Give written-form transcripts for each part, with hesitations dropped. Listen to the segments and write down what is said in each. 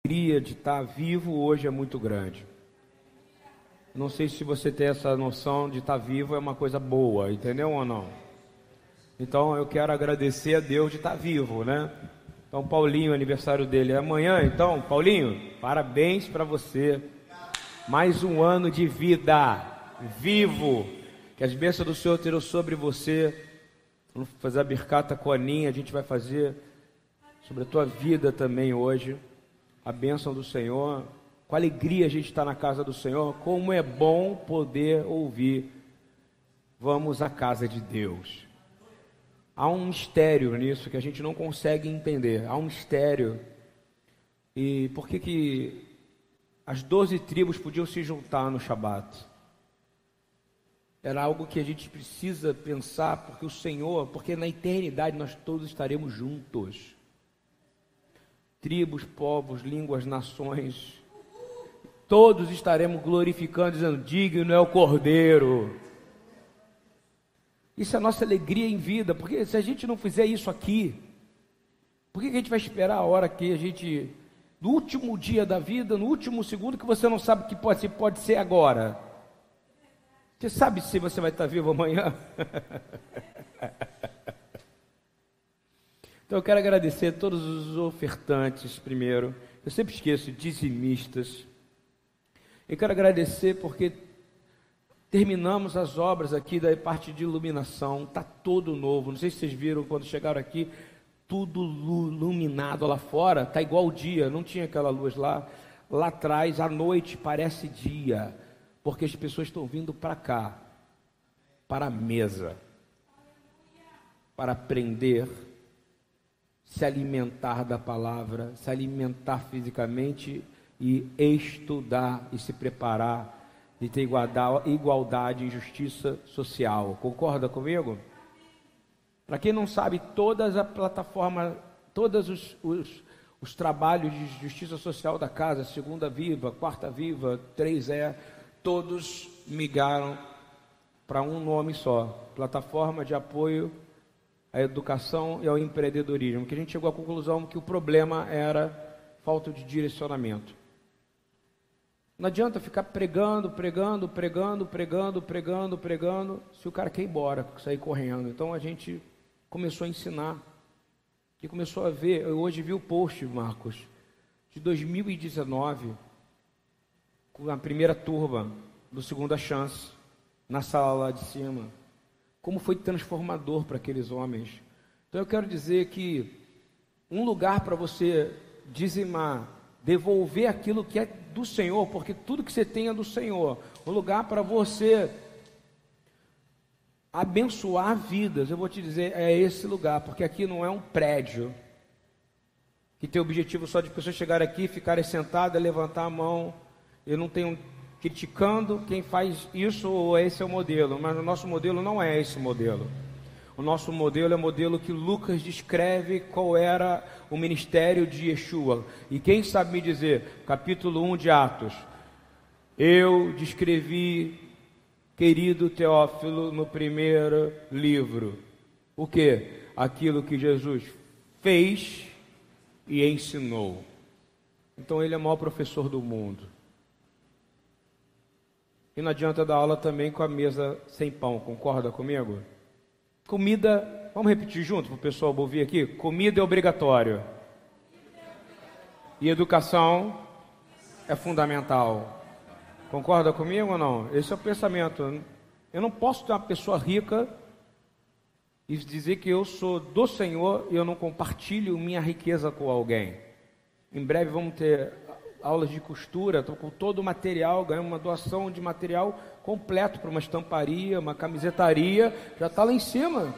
alegria de estar vivo hoje é muito grande. Não sei se você tem essa noção de estar vivo é uma coisa boa, entendeu ou não? Então eu quero agradecer a Deus de estar vivo, né? Então Paulinho, aniversário dele é amanhã, então Paulinho, parabéns para você. Mais um ano de vida, vivo. Que as bênçãos do Senhor terão sobre você. Vamos fazer a bircata com a Aninha, a gente vai fazer sobre a tua vida também hoje. A bênção do Senhor. Com alegria a gente está na casa do Senhor. Como é bom poder ouvir. Vamos à casa de Deus. Há um mistério nisso que a gente não consegue entender. Há um mistério. E por que as 12 tribos podiam se juntar no Shabat? Era algo que a gente precisa pensar, porque o Senhor, porque na eternidade nós todos estaremos juntos. Tribos, povos, línguas, nações, todos estaremos glorificando, dizendo, digno é o Cordeiro. Isso é a nossa alegria em vida, porque se a gente não fizer isso aqui, por que a gente vai esperar a hora que a gente, no último dia da vida, no último segundo, que você não sabe que pode ser agora? Você sabe se você vai estar vivo amanhã? Então eu quero agradecer a todos os ofertantes primeiro. Eu sempre esqueço, dizimistas. Eu quero agradecer porque terminamos as obras aqui da parte de iluminação. Está todo novo. Não sei se vocês viram quando chegaram aqui. Tudo iluminado lá fora. Está igual o dia. Não tinha aquela luz lá. Lá atrás, à noite, parece dia. Porque as pessoas estão vindo para cá. Para a mesa. Para aprender. Se alimentar da palavra, se alimentar fisicamente e estudar e se preparar de ter igualdade e justiça social. Concorda comigo? Para quem não sabe, todas as plataformas, todos os trabalhos de justiça social da casa, Segunda Viva, Quarta Viva, 3E, todos migraram para um nome só, Plataforma de Apoio à Educação e ao Empreendedorismo, que a gente chegou à conclusão que o problema era falta de direcionamento. Não adianta ficar pregando, se o cara quer ir embora, sair correndo. Então a gente começou a ensinar, e começou a ver, eu hoje vi o post, Marcos, de 2019, com a primeira turma do Segunda Chance, na sala lá de cima. Como foi transformador para aqueles homens. Então eu quero dizer que um lugar para você dizimar, devolver aquilo que é do Senhor, porque tudo que você tem é do Senhor. Um lugar para você abençoar vidas, eu vou te dizer, é esse lugar, porque aqui não é um prédio que tem o objetivo só de pessoas chegarem aqui, ficarem sentadas, levantar a mão. Eu não tenho criticando quem faz isso ou esse é o modelo, mas o nosso modelo não é esse modelo. O nosso modelo é o modelo que Lucas descreve qual era o ministério de Yeshua. E quem sabe me dizer, capítulo 1 de Atos, eu descrevi, querido Teófilo, no primeiro livro, o que? Aquilo que Jesus fez e ensinou. Então ele é o maior professor do mundo. E não adianta dar aula também com a mesa sem pão, concorda comigo? Comida, vamos repetir junto para o pessoal ouvir aqui? Comida é obrigatório. E educação é fundamental. Concorda comigo ou não? Esse é o pensamento. Eu não posso ter uma pessoa rica e dizer que eu sou do Senhor e eu não compartilho minha riqueza com alguém. Em breve vamos ter aulas de costura, estou com todo o material, ganhei uma doação de material completo para uma estamparia, uma camisetaria, já está lá em cima.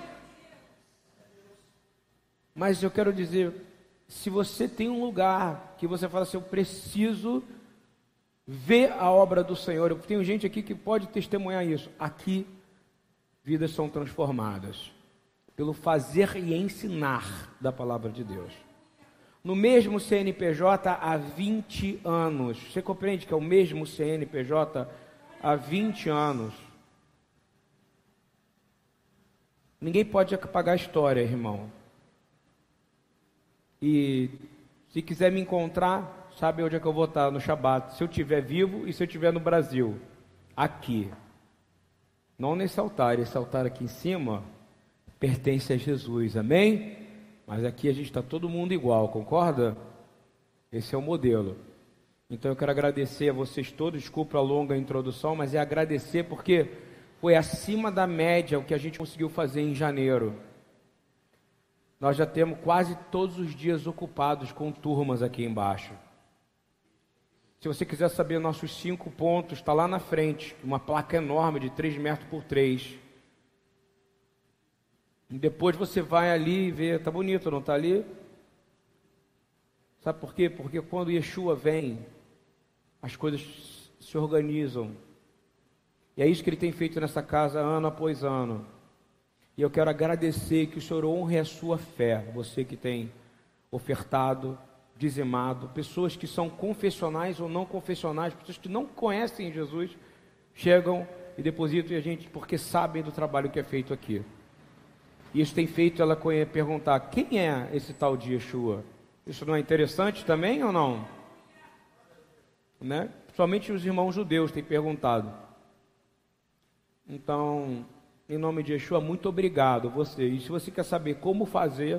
Mas eu quero dizer, se você tem um lugar que você fala assim, eu preciso ver a obra do Senhor, eu tenho gente aqui que pode testemunhar isso, aqui vidas são transformadas, pelo fazer e ensinar da palavra de Deus. No mesmo CNPJ há 20 anos. Você compreende que é o mesmo CNPJ há 20 anos? Ninguém pode apagar a história, irmão. E se quiser me encontrar, sabe onde é que eu vou estar no Shabat, se eu estiver vivo e se eu estiver no Brasil. Aqui. Não nesse altar. Esse altar aqui em cima pertence a Jesus, amém? Mas aqui a gente está todo mundo igual, concorda? Esse é o modelo. Então eu quero agradecer a vocês todos, desculpa a longa introdução, mas é agradecer porque foi acima da média o que a gente conseguiu fazer em janeiro. Nós já temos quase todos os dias ocupados com turmas aqui embaixo. Se você quiser saber nossos 5 pontos, está lá na frente, uma placa enorme de 3 metros por 3. E depois você vai ali e vê, tá bonito, não está ali? Sabe por quê? Porque quando Yeshua vem, as coisas se organizam. E é isso que ele tem feito nessa casa ano após ano. E eu quero agradecer que o Senhor honre a sua fé, você que tem ofertado, dizimado, pessoas que são confessionais ou não confessionais, pessoas que não conhecem Jesus, chegam e depositam em a gente porque sabem do trabalho que é feito aqui. E isso tem feito ela perguntar, quem é esse tal de Yeshua? Isso não é interessante também ou não? Né? Somente os irmãos judeus têm perguntado. Então, em nome de Yeshua, muito obrigado a você. E se você quer saber como fazer,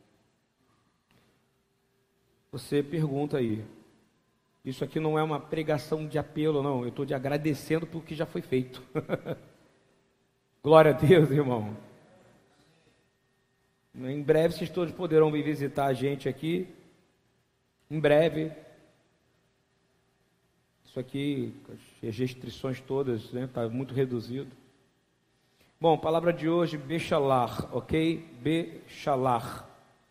você pergunta aí. Isso aqui não é uma pregação de apelo, não. Eu estou te agradecendo pelo que já foi feito. Glória a Deus, irmão. Em breve vocês todos poderão vir visitar a gente aqui. Em breve. Isso aqui, as restrições todas, né? Está muito reduzido. Bom, palavra de hoje, Bechalach, ok? Bechalach.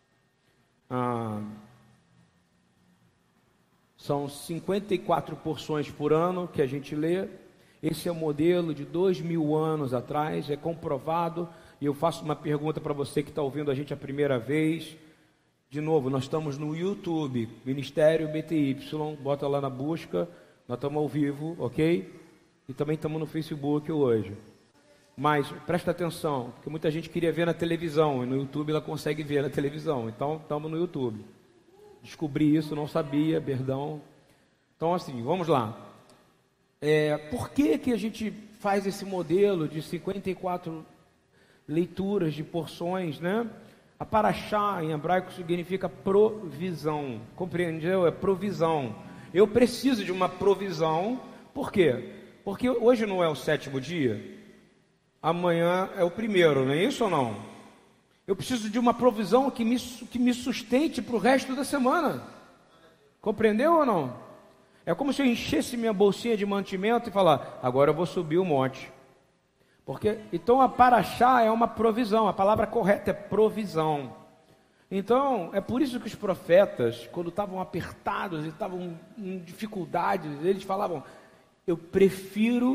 São 54 porções por ano que a gente lê. Esse é o modelo de 2000 anos atrás, é comprovado. E eu faço uma pergunta para você que está ouvindo a gente a primeira vez. De novo, nós estamos no YouTube, Ministério BTY, bota lá na busca, nós estamos ao vivo, ok? E também estamos no Facebook hoje. Mas presta atenção, porque muita gente queria ver na televisão, e no YouTube ela consegue ver na televisão, então estamos no YouTube. Descobri isso, não sabia, perdão. Então assim, vamos lá. Por que a gente faz esse modelo de 54 leituras de porções, né? A paraxá em hebraico significa provisão, compreendeu? É provisão. Eu preciso de uma provisão, por quê? Porque hoje não é o 7º dia, amanhã é o 1º, não é isso ou não? Eu preciso de uma provisão que me sustente para o resto da semana, compreendeu ou não? É como se eu enchesse minha bolsinha de mantimento e falar, agora eu vou subir o monte. Porque, então a paraxá é uma provisão, a palavra correta é provisão. Então, é por isso que os profetas, quando estavam apertados e estavam em dificuldades, eles falavam, eu prefiro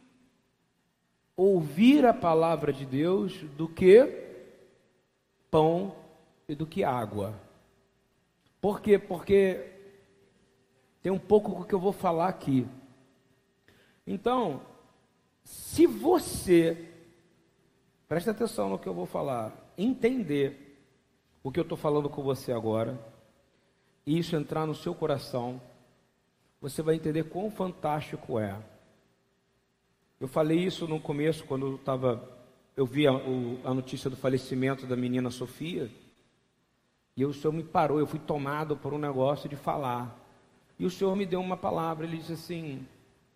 ouvir a palavra de Deus do que pão e do que água. Por quê? Porque tem um pouco do que eu vou falar aqui. Então, se você, presta atenção no que eu vou falar, entender o que eu estou falando com você agora, e isso entrar no seu coração, você vai entender quão fantástico é. Eu falei isso no começo, quando eu vi a notícia do falecimento da menina Sofia, e o Senhor me parou, eu fui tomado por um negócio de falar, e o Senhor me deu uma palavra, ele disse assim,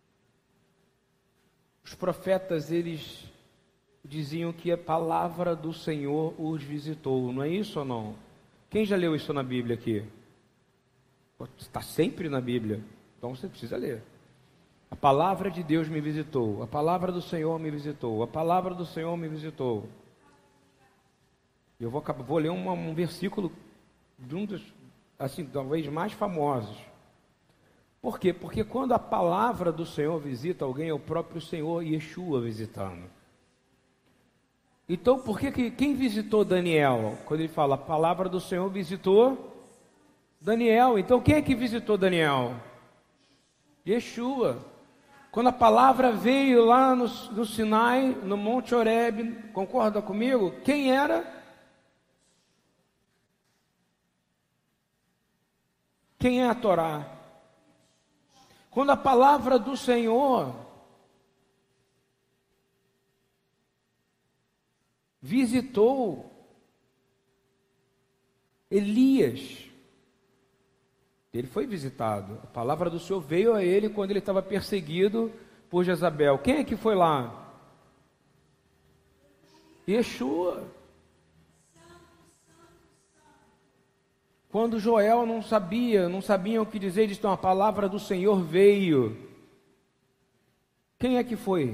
os profetas, eles diziam que a palavra do Senhor os visitou, não é isso ou não? Quem já leu isso na Bíblia aqui? Está sempre na Bíblia, então você precisa ler. A palavra de Deus me visitou, a palavra do Senhor me visitou, a palavra do Senhor me visitou. Eu vou ler um versículo de um dos, assim, talvez mais famosos. Por quê? Porque quando a palavra do Senhor visita alguém, é o próprio Senhor Yeshua visitando. Então, por que quem visitou Daniel? Quando ele fala, a palavra do Senhor visitou Daniel. Então, quem é que visitou Daniel? Yeshua. Quando a palavra veio lá no Sinai, no Monte Horebe, concorda comigo? Quem era? Quem é a Torá? Quando a palavra do Senhor visitou Elias, ele foi visitado. A palavra do Senhor veio a ele quando ele estava perseguido por Jezabel. Quem é que foi lá? Yeshua. Quando Joel não sabiam o que dizer, eles dizem, a palavra do Senhor veio. Quem é que foi?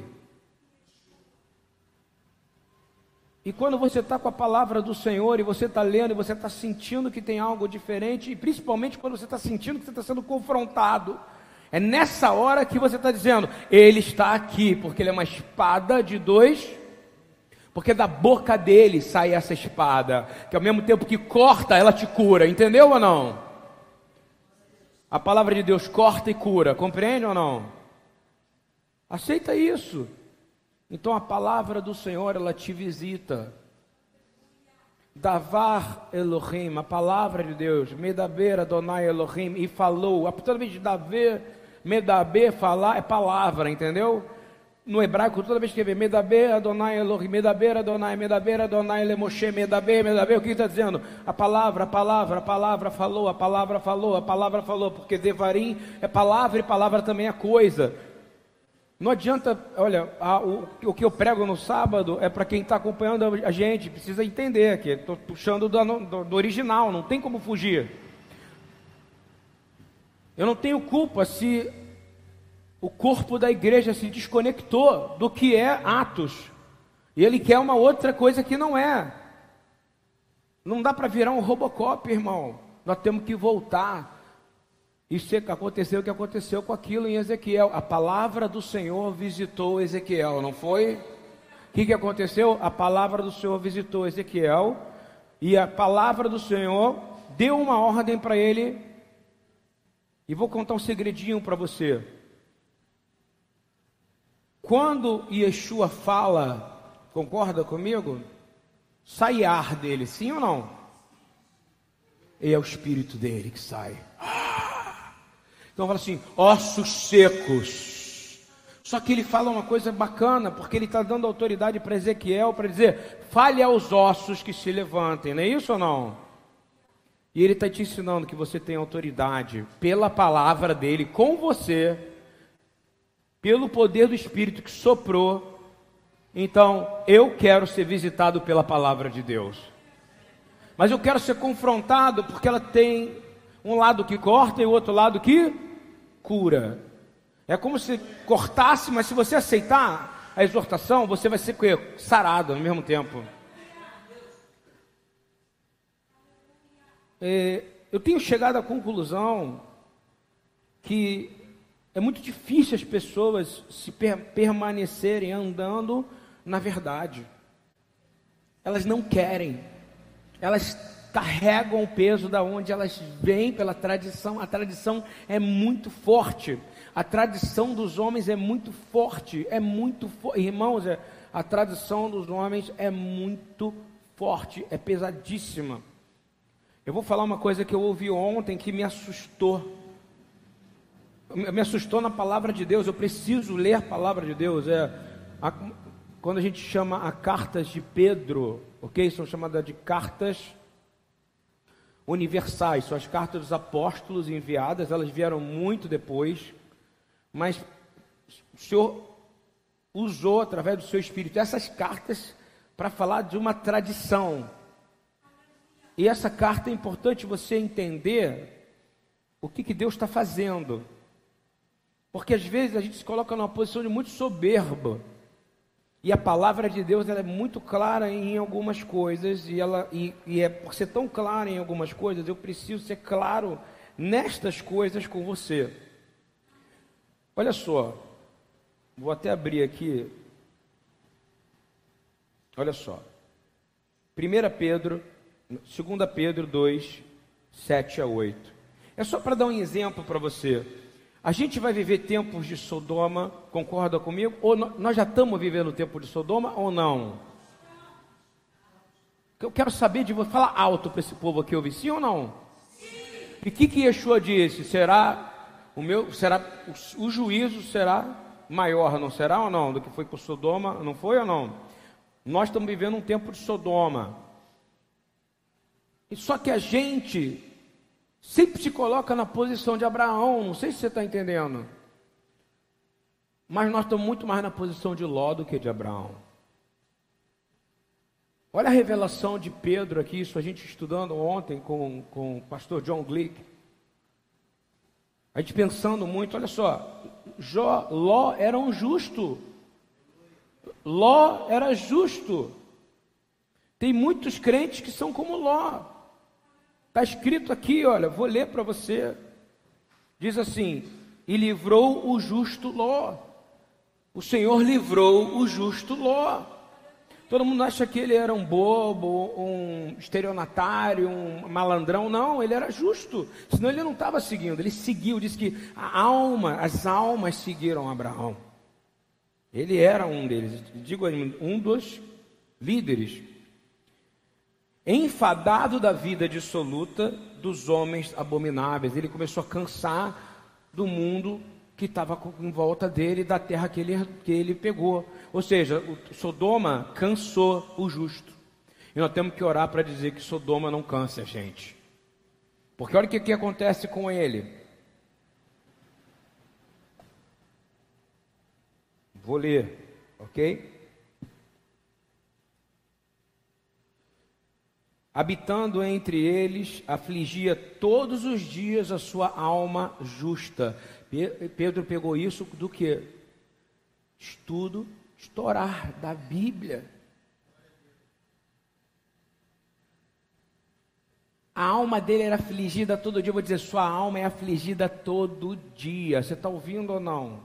E quando você está com a palavra do Senhor, e você está lendo, e você está sentindo que tem algo diferente, e principalmente quando você está sentindo que você está sendo confrontado, é nessa hora que você está dizendo, Ele está aqui, porque Ele é uma espada de dois, porque da boca dele sai essa espada, que ao mesmo tempo que corta, ela te cura, entendeu ou não? A palavra de Deus corta e cura, compreende ou não? Aceita isso. Então a palavra do Senhor, ela te visita. Davar Elohim, a palavra de Deus, Medaber Adonai Elohim, e falou. Toda vez de Daver, Medaber, falar, é palavra, entendeu? No hebraico, toda vez que vê Medaber Adonai Elohim, Medaber Adonai Lemoshe, Medaber, o que está dizendo? A palavra falou, a palavra falou, porque Devarim é palavra e palavra também é coisa. Não adianta, olha, o que eu prego no sábado é para quem está acompanhando a gente, precisa entender que estou puxando do original, não tem como fugir. Eu não tenho culpa se o corpo da igreja se desconectou do que é Atos, e ele quer uma outra coisa que não é. Não dá para virar um Robocop, irmão. Nós temos que voltar. Isso aconteceu o que aconteceu com aquilo em Ezequiel. A palavra do Senhor visitou Ezequiel, não foi? O que aconteceu? A palavra do Senhor visitou Ezequiel, e a palavra do Senhor deu uma ordem para ele. E vou contar um segredinho para você. Quando Yeshua fala, concorda comigo? Sai ar dele, sim ou não? E é o espírito dele que sai. Então fala assim, ossos secos. Só que ele fala uma coisa bacana, porque ele está dando autoridade para Ezequiel, para dizer, fale aos ossos que se levantem, não é isso ou não? E ele está te ensinando que você tem autoridade pela palavra dele, com você, pelo poder do Espírito que soprou. Então, eu quero ser visitado pela palavra de Deus. Mas eu quero ser confrontado, porque ela tem um lado que corta e o outro lado que cura. É como se cortasse, mas se você aceitar a exortação, você vai ser sarado ao mesmo tempo. Eu tenho chegado à conclusão que é muito difícil as pessoas se permanecerem andando na verdade. Elas não querem. Elas carregam o peso da onde elas vêm pela tradição. A tradição é muito forte. A tradição dos homens é muito forte. Irmãos, a tradição dos homens é muito forte. É pesadíssima. Eu vou falar uma coisa que eu ouvi ontem que me assustou. Me assustou na palavra de Deus. Eu preciso ler a palavra de Deus. Quando a gente chama a cartas de Pedro, ok? São chamadas de cartas universais. São as cartas dos apóstolos enviadas. Elas vieram muito depois. Mas o Senhor usou através do seu Espírito essas cartas para falar de uma tradição. E essa carta é importante você entender o que Deus está fazendo. Porque às vezes a gente se coloca numa posição de muito soberba. E a palavra de Deus ela é muito clara em algumas coisas. E é por ser tão clara em algumas coisas, eu preciso ser claro nestas coisas com você. Olha só. Vou até abrir aqui. Olha só. 1 Pedro... 2 Pedro 2, 7 a 8. É só para dar um exemplo para você. A gente vai viver tempos de Sodoma, concorda comigo? Ou nós já estamos vivendo o tempo de Sodoma ou não? Eu quero saber de você. Fala alto para esse povo aqui, ouvir sim ou não? Sim. E o que Yeshua disse? Será o juízo será maior, não será ou não, do que foi por Sodoma, não foi ou não? Nós estamos vivendo um tempo de Sodoma. E só que a gente sempre se coloca na posição de Abraão, não sei se você está entendendo. Mas nós estamos muito mais na posição de Ló do que de Abraão. Olha a revelação de Pedro aqui, isso a gente estudando ontem com o pastor John Glick. A gente pensando muito, olha só, Ló era um justo. Ló era justo. Tem muitos crentes que são como Ló. Está escrito aqui, olha, vou ler para você. Diz assim: e livrou o justo Ló. O Senhor livrou o justo Ló. Todo mundo acha que ele era um bobo, um estelionatário, um malandrão. Não, ele era justo. Senão ele não estava seguindo. Ele seguiu, disse que as almas seguiram Abraão. Ele era um deles, digo um dos líderes. Enfadado da vida dissoluta dos homens abomináveis. Ele começou a cansar do mundo que estava em volta dele, da terra que ele pegou. Ou seja, Sodoma cansou o justo. E nós temos que orar para dizer que Sodoma não cansa a gente. Porque olha o que acontece com ele. Vou ler, ok? Habitando entre eles, afligia todos os dias a sua alma justa. Pedro pegou isso do que? Estourar da Bíblia. A alma dele era afligida todo dia. Eu vou dizer, sua alma é afligida todo dia. Você está ouvindo ou não?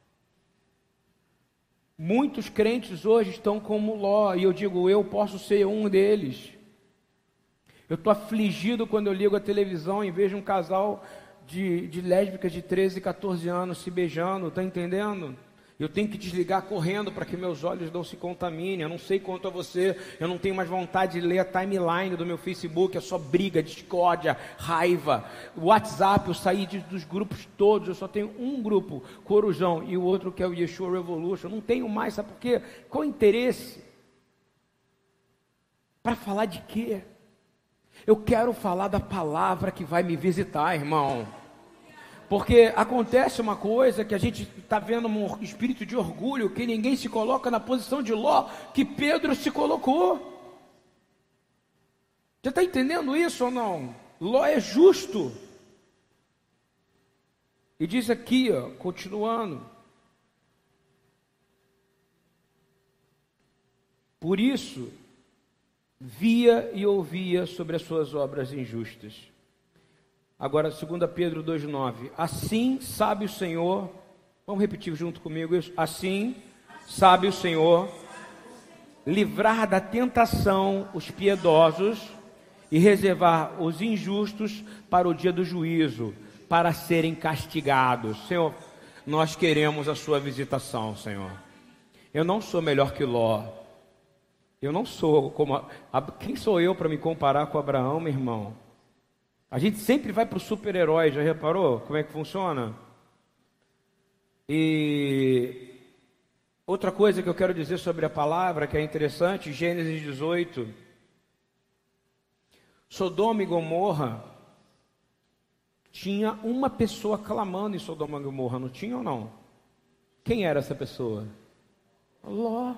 Muitos crentes hoje estão como Ló. E eu digo, eu posso ser um deles. Eu estou afligido quando eu ligo a televisão e vejo um casal de lésbicas de 13, 14 anos se beijando, está entendendo? Eu tenho que desligar correndo para que meus olhos não se contaminem. Eu não sei quanto a você, eu não tenho mais vontade de ler a timeline do meu Facebook, é só briga, discórdia, raiva. O WhatsApp, eu saí dos grupos todos, eu só tenho um grupo, Corujão, e o outro que é o Yeshua Revolution. Eu não tenho mais, sabe por quê? Qual o interesse? Para falar de quê? Eu quero falar da palavra que vai me visitar, irmão. Porque acontece uma coisa que a gente está vendo um espírito de orgulho, que ninguém se coloca na posição de Ló, que Pedro se colocou. Você está entendendo isso ou não? Ló é justo. E diz aqui, ó, continuando. Por isso, via e ouvia sobre as suas obras injustas. Agora, 2 Pedro 2,9. Assim sabe o Senhor, vamos repetir junto comigo isso. Assim sabe o Senhor livrar da tentação os piedosos e reservar os injustos para o dia do juízo, para serem castigados. Senhor, nós queremos a sua visitação, Senhor. Eu não sou melhor que Ló. Eu não sou como... Quem sou eu para me comparar com Abraão, meu irmão? A gente sempre vai para o super-herói, já reparou como é que funciona? E outra coisa que eu quero dizer sobre a palavra, que é interessante, Gênesis 18. Sodoma e Gomorra, tinha uma pessoa clamando em Sodoma e Gomorra, não tinha ou não? Quem era essa pessoa? Ló.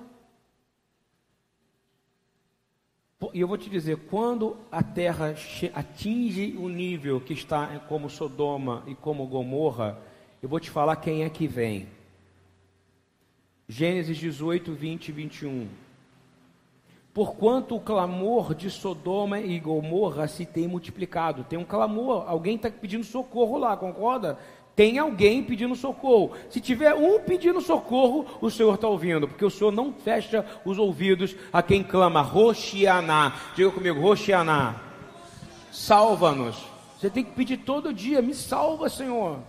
E eu vou te dizer, quando a terra atinge o nível que está como Sodoma e como Gomorra, eu vou te falar quem é que vem. Gênesis 18, 20 e 21. Porquanto o clamor de Sodoma e Gomorra se tem multiplicado. Tem um clamor, alguém está pedindo socorro lá, concorda? Tem alguém pedindo socorro. Se tiver um pedindo socorro, o Senhor está ouvindo, porque o Senhor não fecha os ouvidos a quem clama, Roshianá. Diga comigo, Roshianá. Salva-nos. Você tem que pedir todo dia, me salva, Senhor.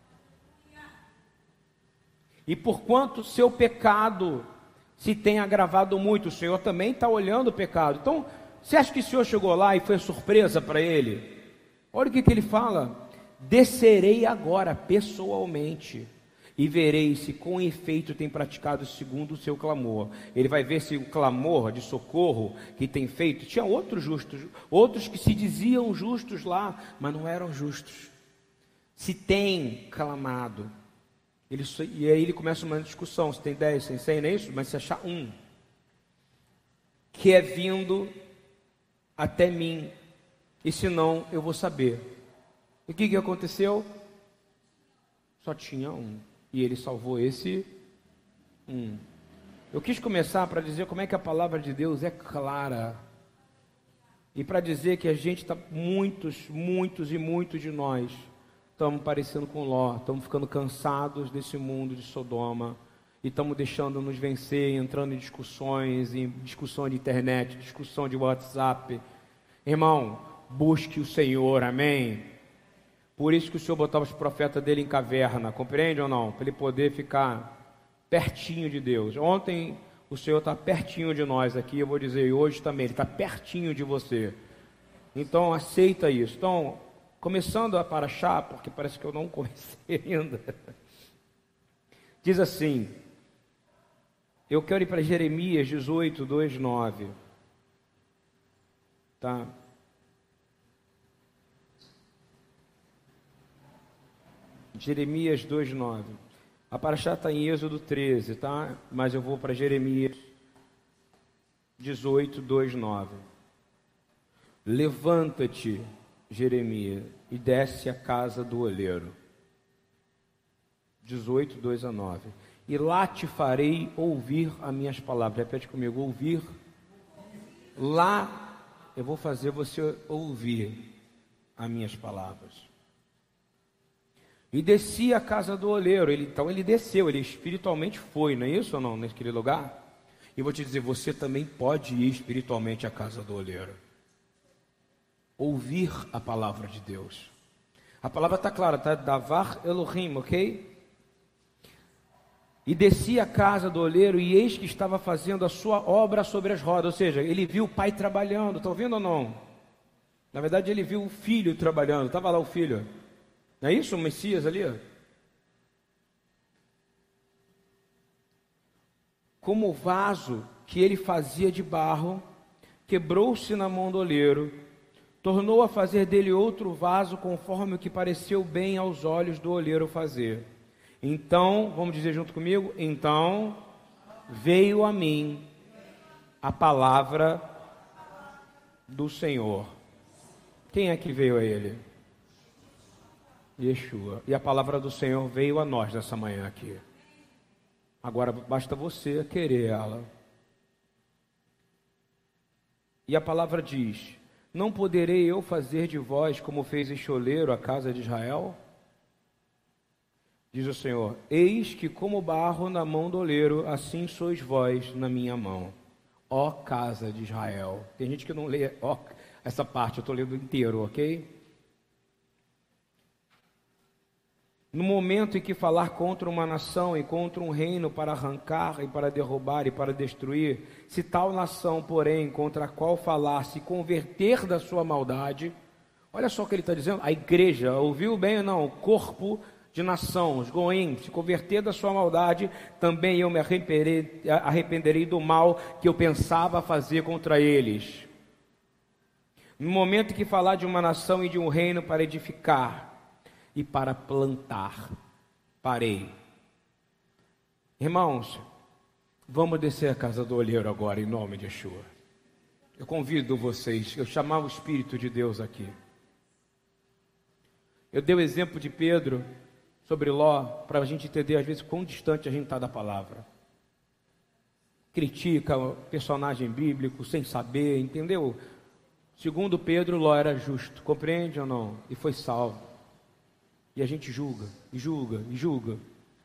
E porquanto seu pecado se tem agravado muito, o Senhor também está olhando o pecado. Então, você acha que o Senhor chegou lá e foi surpresa para ele? Olha o que ele fala. descerei agora pessoalmente e verei se com efeito tem praticado segundo o seu clamor. Ele vai ver se o clamor de socorro que tem feito. Tinha outros justos, outros que se diziam justos lá, mas não eram justos. Se tem clamado. E aí ele começa uma discussão, se tem 10, se tem 100, não é isso? Mas se achar um, que é vindo até mim, e se não, eu vou saber. E o que aconteceu? Só tinha um. E ele salvou esse um. Eu quis começar para dizer como é que a palavra de Deus é clara. E para dizer que a gente está, muitos de nós, estamos parecendo com Ló, estamos ficando cansados desse mundo de Sodoma. E estamos deixando nos vencer, entrando em discussão de internet, discussão de WhatsApp. Irmão, busque o Senhor, amém? Por isso que o Senhor botava os profetas dele em caverna, compreende ou não? Para ele poder ficar pertinho de Deus. Ontem o Senhor está pertinho de nós aqui, eu vou dizer, e hoje também, Ele está pertinho de você. Então aceita isso. Então, começando a paraxá, porque parece que eu não comecei ainda. Diz assim, eu quero ir para Jeremias 18, 2, 9. Tá? Jeremias 2:9. A paraxá está em Êxodo 13, tá? Mas eu vou para Jeremias 18, 2:9. Levanta-te, Jeremias, e desce à casa do oleiro. 18, 2-9. E lá te farei ouvir as minhas palavras. Repete comigo, ouvir. Lá eu vou fazer você ouvir as minhas palavras. E desci à casa do oleiro. Então ele desceu, ele espiritualmente foi, não é isso ou não, naquele lugar? E vou te dizer, você também pode ir espiritualmente à casa do oleiro. Ouvir a palavra de Deus. A palavra está clara, tá? Davar Elohim, ok? E desci à casa do oleiro, e eis que estava fazendo a sua obra sobre as rodas. Ou seja, ele viu o pai trabalhando, está ouvindo ou não? Na verdade ele viu o filho trabalhando, estava lá o filho. Não é isso o Messias ali? Como o vaso que ele fazia de barro, quebrou-se na mão do oleiro, tornou a fazer dele outro vaso, conforme o que pareceu bem aos olhos do oleiro fazer. Então, vamos dizer junto comigo, então veio a mim a palavra do Senhor. Quem é que veio a ele? Yeshua. E a palavra do Senhor veio a nós nessa manhã aqui. Agora basta você querer ela. E a palavra diz: não poderei eu fazer de vós como fez este oleiro a casa de Israel? Diz o Senhor: eis que como barro na mão do oleiro, assim sois vós na minha mão, ó casa de Israel. Tem gente que não lê essa parte, eu estou lendo inteiro, ok? No momento em que falar contra uma nação e contra um reino para arrancar e para derrubar e para destruir, se tal nação, porém, contra a qual falar se converter da sua maldade, olha só o que ele está dizendo, a igreja, ouviu bem ou não? O corpo de nação, os goim, se converter da sua maldade, também eu me arrependerei do mal que eu pensava fazer contra eles. No momento em que falar de uma nação e de um reino para edificar, e para plantar, parei. Irmãos, vamos descer a casa do olheiro agora, em nome de Yeshua. Eu convido vocês, eu chamar o Espírito de Deus aqui. Eu dei o exemplo de Pedro sobre Ló, para a gente entender às vezes quão distante a gente está da palavra. Critica o personagem bíblico sem saber, entendeu? Segundo Pedro, Ló era justo, compreende ou não? E foi salvo. E a gente julga, e julga, e julga.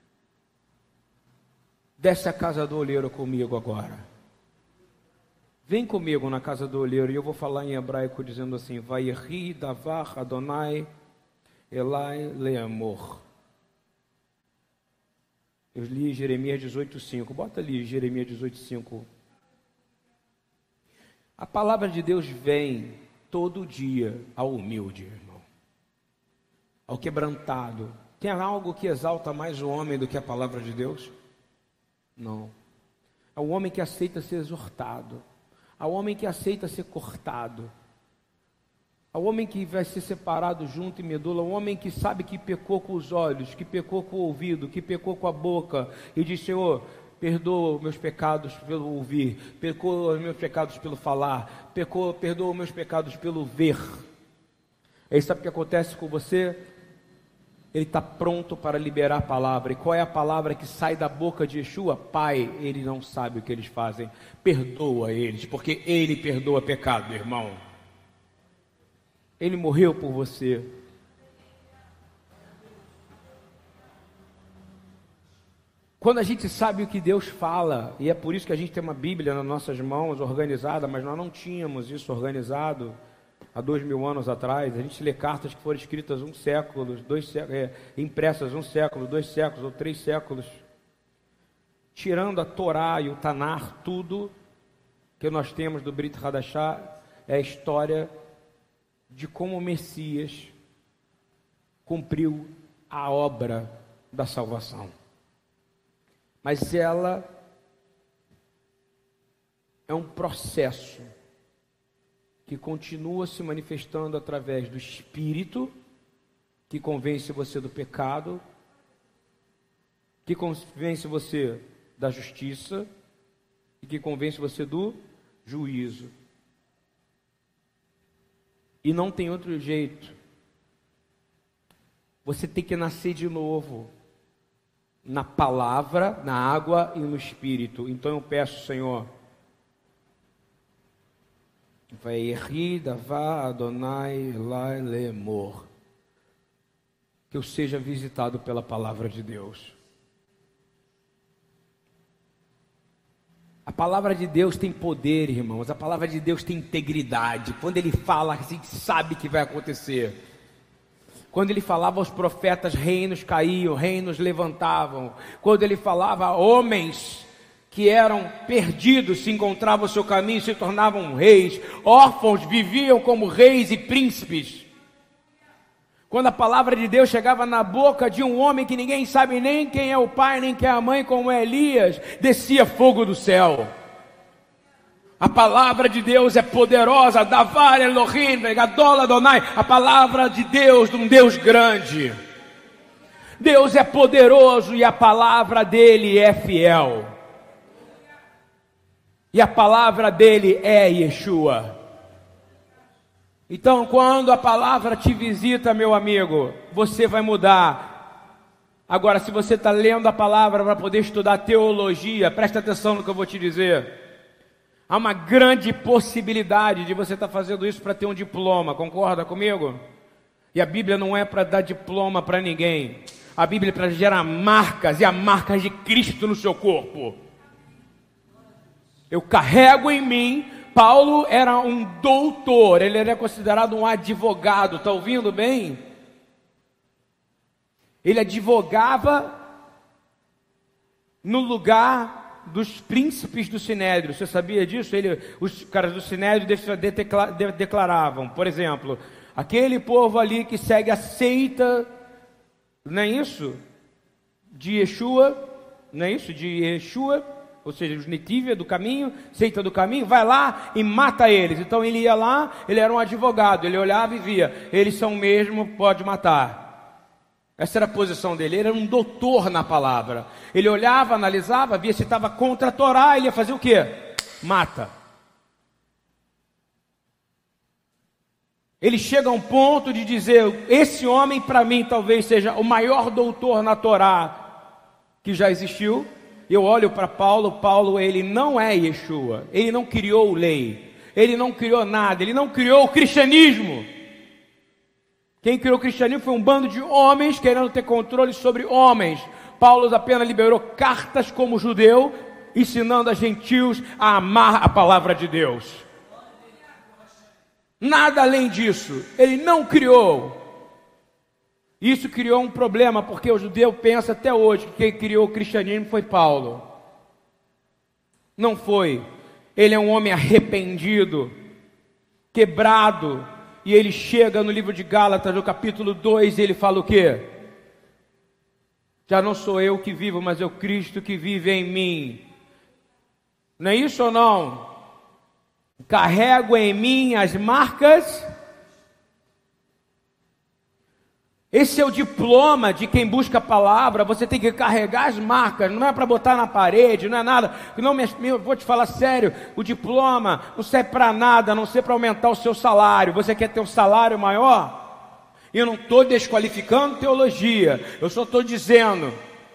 Desce a casa do olheiro comigo agora. Vem comigo na casa do olheiro, e eu vou falar em hebraico dizendo assim: Vayeri davar Adonai Elai leamor. Eu li Jeremias 18:5. Bota ali Jeremias 18:5. A palavra de Deus vem todo dia ao humilde, irmão. ao quebrantado. Tem algo que exalta mais o homem do que a palavra de Deus? Não. É o homem que aceita ser exortado, ao homem que aceita ser cortado, ao homem que vai ser separado junto em medula, ao homem que sabe que pecou com os olhos, que pecou com o ouvido, que pecou com a boca, e diz: Senhor, perdoa os meus pecados pelo ouvir, perdoa os meus pecados pelo falar, perdoa os meus pecados pelo ver. Aí sabe o que acontece com você? Ele está pronto para liberar a palavra. E qual é a palavra que sai da boca de Yeshua? Pai, ele não sabe o que eles fazem. Perdoa eles, porque ele perdoa pecado, irmão. Ele morreu por você. Quando a gente sabe o que Deus fala, e é por isso que a gente tem uma Bíblia nas nossas mãos, organizada, mas nós não tínhamos isso organizado há 2000 anos atrás. A gente lê cartas que foram escritas um século, impressas um século, 2 séculos ou 3 séculos, tirando a Torá e o Tanar, tudo que nós temos do Brit Hadashah é a história de como o Messias cumpriu a obra da salvação. Mas ela é um processo que continua se manifestando através do Espírito, que convence você do pecado, que convence você da justiça e que convence você do juízo. E não tem outro jeito. Você tem que nascer de novo, na palavra, na água e no Espírito. Então eu peço, Senhor, que eu seja visitado pela palavra de Deus. A palavra de Deus tem poder, irmãos. A palavra de Deus tem integridade. Quando ele fala, a gente sabe que vai acontecer. Quando ele falava aos profetas, reinos caíam, reinos levantavam. Quando ele falava, homens que eram perdidos se encontravam o seu caminho, se tornavam reis. Órfãos viviam como reis e príncipes. Quando a palavra de Deus chegava na boca de um homem que ninguém sabe nem quem é o pai, nem quem é a mãe, como é Elias, descia fogo do céu. A palavra de Deus é poderosa. Davar Elohim, Gadol Adonai. A palavra de Deus, de um Deus grande. Deus é poderoso e a palavra dele é fiel. E a palavra dele é Yeshua. Então, quando a palavra te visita, meu amigo, você vai mudar. Agora, se você está lendo a palavra para poder estudar teologia, presta atenção no que eu vou te dizer. Há uma grande possibilidade de você estar fazendo isso para ter um diploma, concorda comigo? E a Bíblia não é para dar diploma para ninguém. A Bíblia é para gerar marcas, e as marcas de Cristo no seu corpo. Eu carrego em mim. Paulo era um doutor, ele era considerado um advogado, está ouvindo bem? Ele advogava no lugar dos príncipes do Sinédrio. Você sabia disso? Os caras do Sinédrio declaravam, por exemplo, aquele povo ali que segue a seita, não é isso? De Yeshua, não é isso? De Yeshua, ou seja, os Netívia do caminho, seita do caminho, vai lá e mata eles. Então ele ia lá, ele era um advogado, ele olhava e via, eles são mesmo, pode matar. Essa era a posição dele, ele era um doutor na palavra. Ele olhava, analisava, via se estava contra a Torá, ele ia fazer o quê? Mata. Ele chega a um ponto de dizer, esse homem para mim talvez seja o maior doutor na Torá que já existiu. Eu olho para Paulo, ele não é Yeshua, ele não criou lei, ele não criou nada, ele não criou o cristianismo. Quem criou o cristianismo foi um bando de homens querendo ter controle sobre homens. Paulo apenas liberou cartas como judeu, ensinando a gentios a amar a palavra de Deus. Nada além disso, ele não criou. Isso criou um problema, porque o judeu pensa até hoje que quem criou o cristianismo foi Paulo. Não foi. Ele é um homem arrependido, quebrado, e ele chega no livro de Gálatas, no capítulo 2, e ele fala o quê? Já não sou eu que vivo, mas é o Cristo que vive em mim. Não é isso ou não? Carrego em mim as marcas. Esse é o diploma de quem busca a palavra. Você tem que carregar as marcas, não é para botar na parede, não é nada. Não, vou te falar sério, o diploma não serve para nada, a não ser para aumentar o seu salário. Você quer ter um salário maior? Eu não estou desqualificando teologia, eu só estou dizendo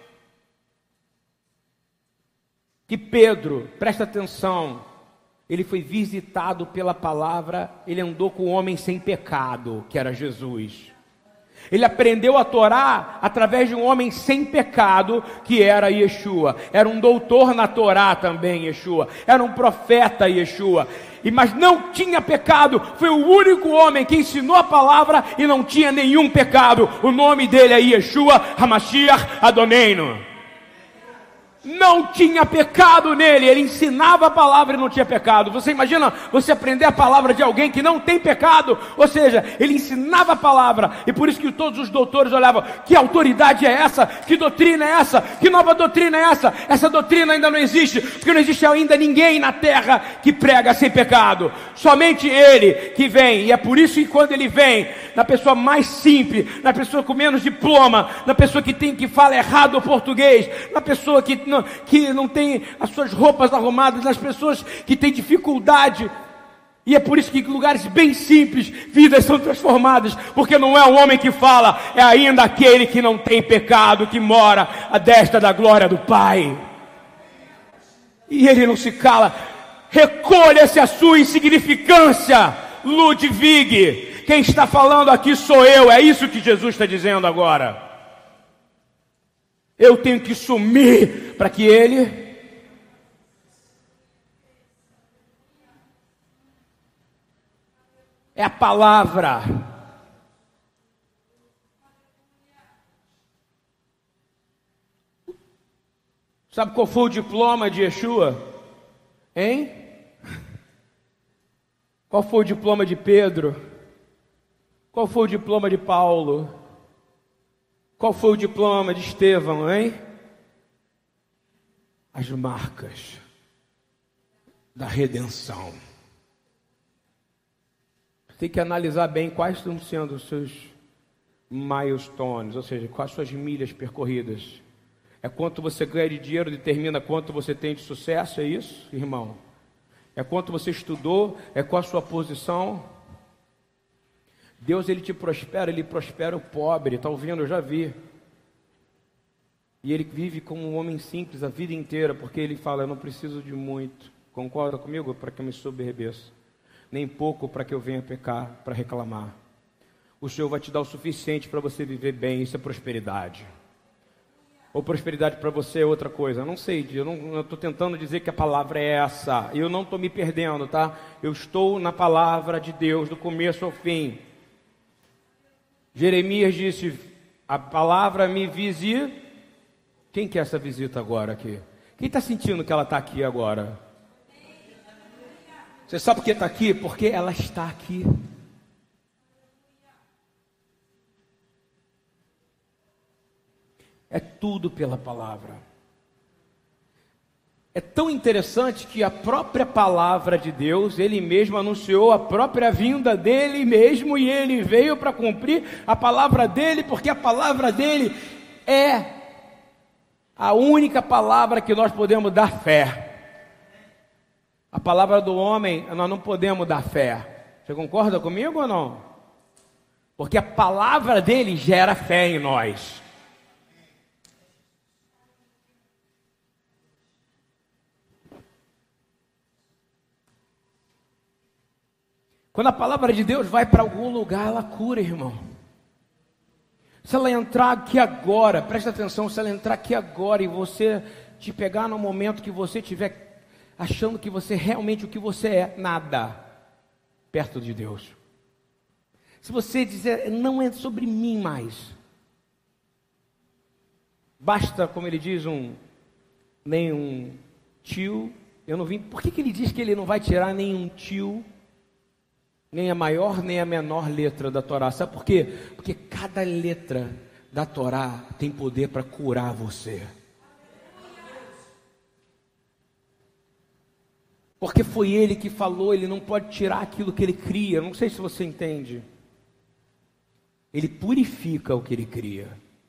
que Pedro, presta atenção, ele foi visitado pela palavra, ele andou com o homem sem pecado, que era Jesus. Ele aprendeu a Torá através de um homem sem pecado, que era Yeshua. Era um doutor na Torá também, Yeshua. Era um profeta, Yeshua. Mas não tinha pecado. Foi o único homem que ensinou a palavra e não tinha nenhum pecado. O nome dele é Yeshua HaMashiach Adoneinu. Não tinha pecado nele, ele ensinava a palavra e não tinha pecado. Você imagina você aprender a palavra de alguém que não tem pecado? Ou seja, ele ensinava a palavra, e por isso que todos os doutores olhavam: que autoridade é essa? Que doutrina é essa? Que nova doutrina é essa? Essa doutrina ainda não existe, porque não existe ainda ninguém na terra que prega sem pecado. Somente ele que vem, e é por isso que quando ele vem, na pessoa mais simples, na pessoa com menos diploma, na pessoa que fala errado o português, na pessoa que não tem as suas roupas arrumadas, nas pessoas que têm dificuldade. E é por isso que em lugares bem simples, vidas são transformadas, porque não é o homem que fala, é ainda aquele que não tem pecado, que mora à destra da glória do Pai. E ele não se cala. Recolha-se a sua insignificância, Ludwig. Quem está falando aqui sou eu. É isso que Jesus está dizendo agora. Eu tenho que sumir para que ele... É a palavra. Sabe qual foi o diploma de Yeshua? Hein? Qual foi o diploma de Pedro? Qual foi o diploma de Paulo? Qual foi o diploma de Estevão, hein? As marcas da redenção. Tem que analisar bem quais estão sendo os seus milestones, ou seja, quais suas milhas percorridas. É quanto você ganha de dinheiro, determina quanto você tem de sucesso, é isso, irmão? É quanto você estudou, é qual a sua posição. Deus, ele prospera o pobre, está ouvindo? Eu já vi. E ele vive como um homem simples a vida inteira, porque ele fala: eu não preciso de muito. Concorda comigo? Para que eu me soberbeça. Nem pouco para que eu venha pecar, para reclamar. O Senhor vai te dar o suficiente para você viver bem, isso é prosperidade. Ou prosperidade para você é outra coisa, eu não sei, eu estou tentando dizer que a palavra é essa. Eu não estou me perdendo, tá? Eu estou na palavra de Deus, do começo ao fim. Jeremias disse: a palavra me visita. Quem quer essa visita agora aqui? Quem está sentindo que ela está aqui agora? Você sabe por que está aqui? Porque ela está aqui. É tudo pela palavra. É tão interessante que a própria palavra de Deus, ele mesmo anunciou a própria vinda dele mesmo, e ele veio para cumprir a palavra dele, porque a palavra dele é a única palavra que nós podemos dar fé. A palavra do homem, nós não podemos dar fé. Você concorda comigo ou não? Porque a palavra dele gera fé em nós. Quando a palavra de Deus vai para algum lugar, ela cura, irmão. Se ela entrar aqui agora, presta atenção, se ela entrar aqui agora e você te pegar no momento que você estiver achando que você realmente o que você é, nada, perto de Deus. Se você dizer, não é sobre mim mais, basta, como ele diz, nem um tio, eu não vim, por que ele diz que ele não vai tirar nenhum tio? nem a maior nem a menor letra da Torá. Sabe por quê? Porque cada letra da Torá tem poder para curar você. Porque foi ele que falou, ele não pode tirar aquilo que ele cria. Não sei se você entende. Ele purifica o que ele cria.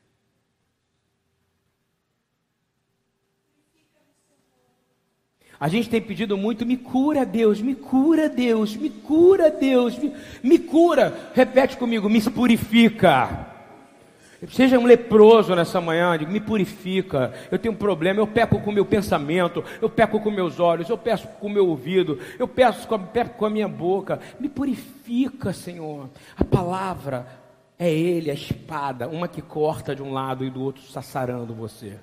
A gente tem pedido muito, me cura Deus, me cura Deus, me cura Deus, me cura. Repete comigo, me purifica. Seja um leproso nessa manhã, digo, me purifica. Eu tenho um problema, eu peco com o meu pensamento, eu peco com meus olhos, eu peço com o meu ouvido, eu peco com a minha boca. Me purifica, Senhor. A palavra é Ele, a espada, uma que corta de um lado e do outro, saçarando você.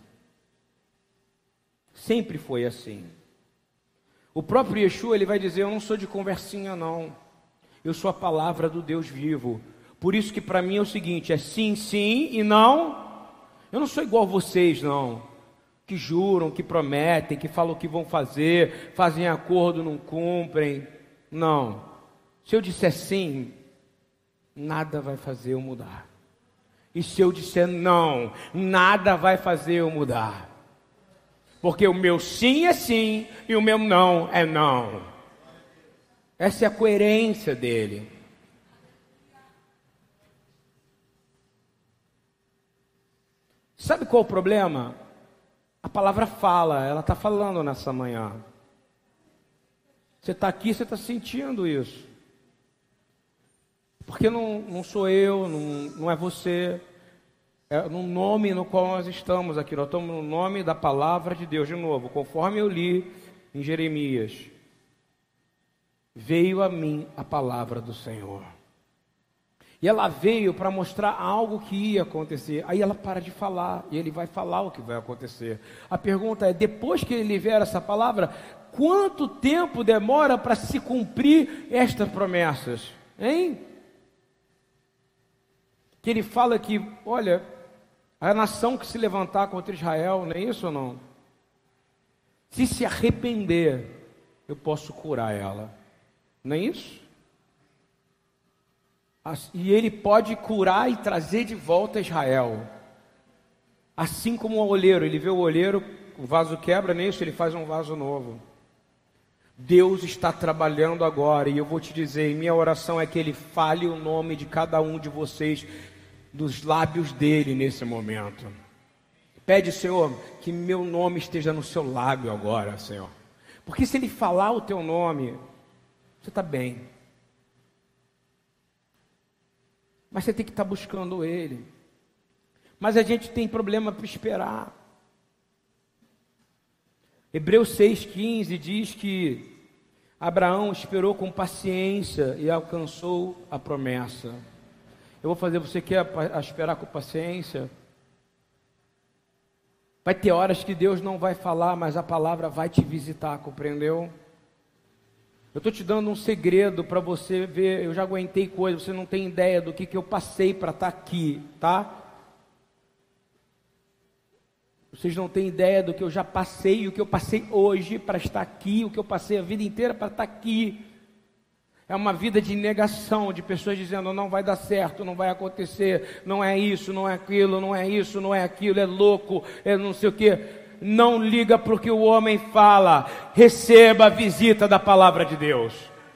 Sempre foi assim. O próprio Yeshua, ele vai dizer, eu não sou de conversinha não, eu sou a palavra do Deus vivo. Por isso que para mim é o seguinte, é sim, sim e não. Eu não sou igual a vocês não, que juram, que prometem, que falam o que vão fazer, fazem acordo, não cumprem. Não, se eu disser sim, nada vai fazer eu mudar. E se eu disser não, nada vai fazer eu mudar. Porque o meu sim é sim e o meu não é não. Essa é a coerência dele. Sabe qual o problema? A palavra fala, ela está falando nessa manhã. Você está aqui, você está sentindo isso. Porque não sou eu, não é você. É no nome no qual nós estamos aqui. Nós estamos no nome da palavra de Deus. De novo, conforme eu li em Jeremias. Veio a mim a palavra do Senhor. E ela veio para mostrar algo que ia acontecer. Aí ela para de falar. E ele vai falar o que vai acontecer. A pergunta é, depois que ele libera essa palavra, quanto tempo demora para se cumprir estas promessas? Hein? Que ele fala que, olha, a nação que se levantar contra Israel, não é isso ou não? Se arrepender, eu posso curar ela. Não é isso? E ele pode curar e trazer de volta Israel. Assim como o olheiro, ele vê o olheiro, o vaso quebra, não é isso? Ele faz um vaso novo. Deus está trabalhando agora, e eu vou te dizer, minha oração é que Ele fale o nome de cada um de vocês, dos lábios dEle nesse momento. Pede, Senhor, que meu nome esteja no seu lábio agora, Senhor. Porque se Ele falar o teu nome, você está bem. Mas você tem que estar buscando Ele. Mas a gente tem problema para esperar. Hebreus 6,15 diz que Abraão esperou com paciência e alcançou a promessa. Eu vou fazer, você quer esperar com paciência? Vai ter horas que Deus não vai falar, mas a palavra vai te visitar, compreendeu? Eu estou te dando um segredo para você ver, eu já aguentei coisas, você não tem ideia do que eu passei para estar aqui, tá? Vocês não têm ideia do que eu já passei, o que eu passei hoje para estar aqui, o que eu passei a vida inteira para estar aqui. É uma vida de negação, de pessoas dizendo, não vai dar certo, não vai acontecer, não é isso, não é aquilo, não é isso, não é aquilo, é louco, é não sei o quê. Não liga para o que o homem fala, receba a visita da palavra de Deus.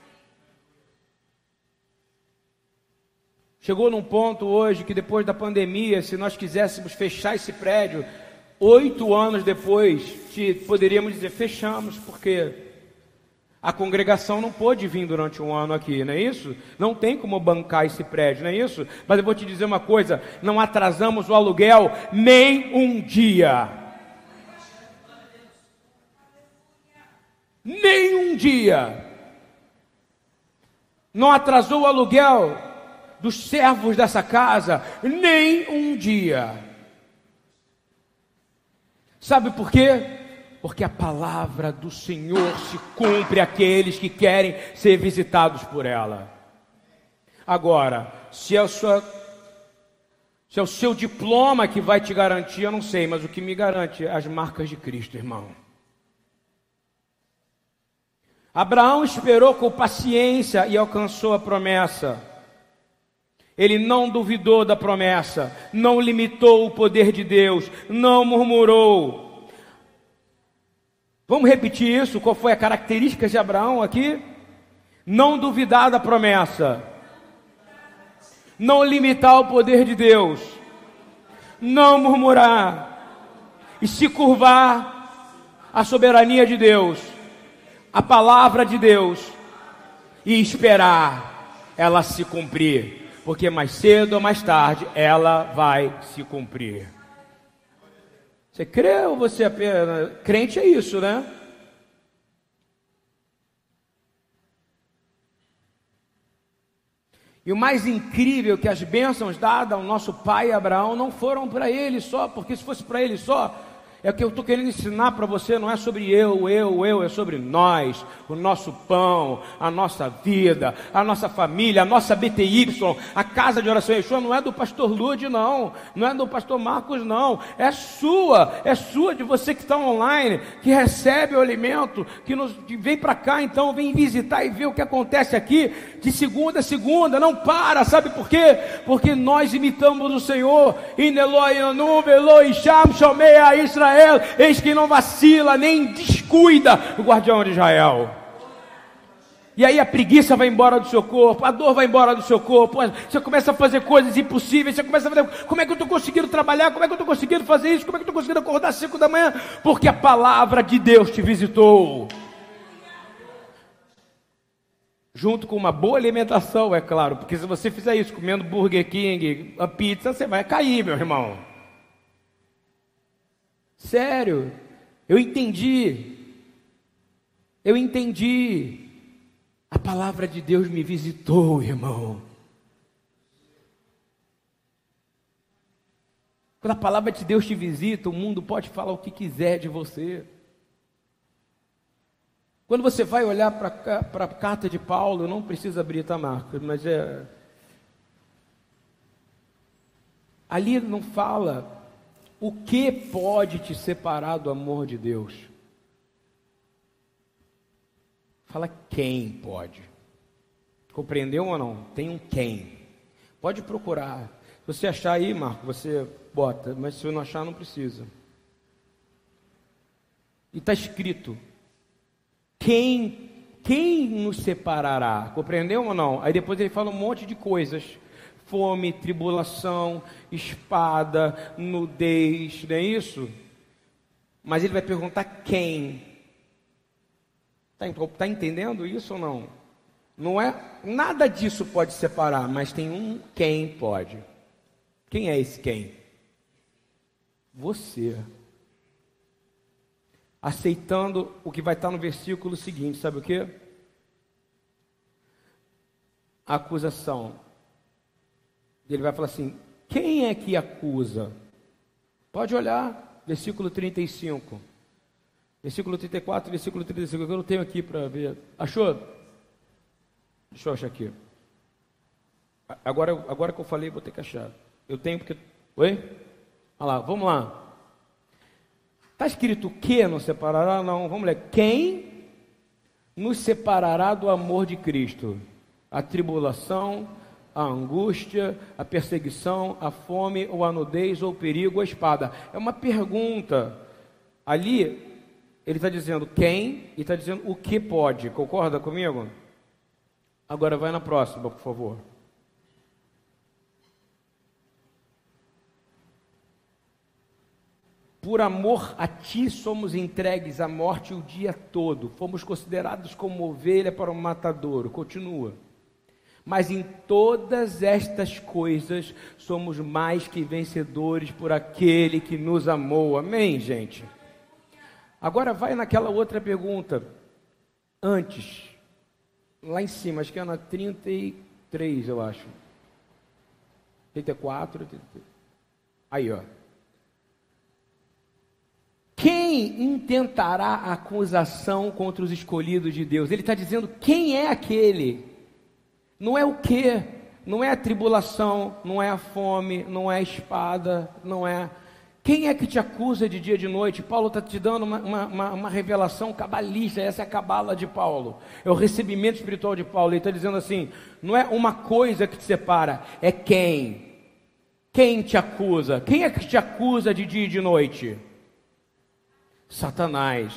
Chegou num ponto hoje que depois da pandemia, se nós quiséssemos fechar esse prédio, 8 anos depois, poderíamos dizer, fechamos, porque a congregação não pôde vir durante um ano aqui, não é isso? Não tem como bancar esse prédio, não é isso? Mas eu vou te dizer uma coisa, não atrasamos o aluguel nem um dia. Nem um dia. Não atrasou o aluguel dos servos dessa casa, nem um dia. Sabe por quê? Porque a palavra do Senhor se cumpre àqueles que querem ser visitados por ela. Agora, se é o seu diploma que vai te garantir, eu não sei, mas o que me garante é as marcas de Cristo, irmão. Abraão esperou com paciência e alcançou a promessa. Ele não duvidou da promessa, não limitou o poder de Deus, não murmurou. Vamos repetir isso? Qual foi a característica de Abraão aqui? Não duvidar da promessa, não limitar o poder de Deus, não murmurar e se curvar à soberania de Deus, a palavra de Deus, e esperar ela se cumprir, porque mais cedo ou mais tarde ela vai se cumprir. Você crê ou você apenas... Crente é isso, né? E o mais incrível é que as bênçãos dadas ao nosso pai Abraão não foram para ele só, porque se fosse para ele só, é o que eu estou querendo ensinar para você, não é sobre eu, é sobre nós, o nosso pão, a nossa vida, a nossa família, a nossa BTY, a casa de oração Yeshua, não é do pastor Lude não é do pastor Marcos não, é sua de você que está online, que recebe o alimento, que vem para cá, então vem visitar e ver o que acontece aqui, de segunda a segunda, não para, sabe por quê? Porque nós imitamos o Senhor, Israel, eis que não vacila, nem descuida o guardião de Israel. E aí a preguiça vai embora do seu corpo, a dor vai embora do seu corpo, você começa a fazer coisas impossíveis, você começa a fazer, como é que eu estou conseguindo trabalhar, como é que eu estou conseguindo fazer isso, como é que eu estou conseguindo acordar às 5 da manhã, porque a palavra de Deus te visitou. Junto com uma boa alimentação, é claro, porque se você fizer isso, comendo Burger King, a pizza, você vai cair, meu irmão. Sério, eu entendi, a palavra de Deus me visitou, irmão. Quando a palavra de Deus te visita, o mundo pode falar o que quiser de você. Quando você vai olhar para a carta de Paulo, não precisa abrir, tá, Marcos, mas ali não fala o que pode te separar do amor de Deus. Fala quem pode. Compreendeu ou não? Tem um quem. Pode procurar. Se você achar aí, Marco, você bota. Mas se você não achar, não precisa. E está escrito. Quem nos separará? Compreendeu ou não? Aí depois ele fala um monte de coisas. Fome, tribulação, espada, nudez, não é isso? Mas ele vai perguntar quem? Está entendendo isso ou não? Não é, nada disso pode separar, mas tem um quem pode. Quem é esse quem? Você. Aceitando o que vai estar no versículo seguinte, sabe o quê? A acusação. Ele vai falar assim, quem é que acusa? Pode olhar, versículo 35. Versículo 34, versículo 35, eu não tenho aqui para ver. Achou? Deixa eu achar aqui. Agora que eu falei, vou ter que achar. Eu tenho porque... Oi? Olha lá, vamos lá. Está escrito que nos separará? Não, vamos ler. Quem nos separará do amor de Cristo? A tribulação, a angústia, a perseguição, a fome, ou a nudez, ou o perigo, ou a espada. É uma pergunta. Ali, ele está dizendo quem e está dizendo o que pode. Concorda comigo? Agora vai na próxima, por favor. Por amor a ti somos entregues à morte o dia todo. Fomos considerados como ovelha para o matadouro. Continua. Mas em todas estas coisas somos mais que vencedores por aquele que nos amou. Amém, gente? Agora vai naquela outra pergunta. Antes, lá em cima, acho que é na 33, eu acho. 34, 33. Aí, ó. Quem intentará a acusação contra os escolhidos de Deus? Ele está dizendo quem é aquele. Não é o que, não é a tribulação, não é a fome, não é a espada, não é... Quem é que te acusa de dia e de noite? Paulo está te dando uma revelação cabalista. Essa é a cabala de Paulo, é o recebimento espiritual de Paulo. Ele está dizendo assim, não é uma coisa que te separa, é quem te acusa. Quem é que te acusa de dia e de noite? Satanás.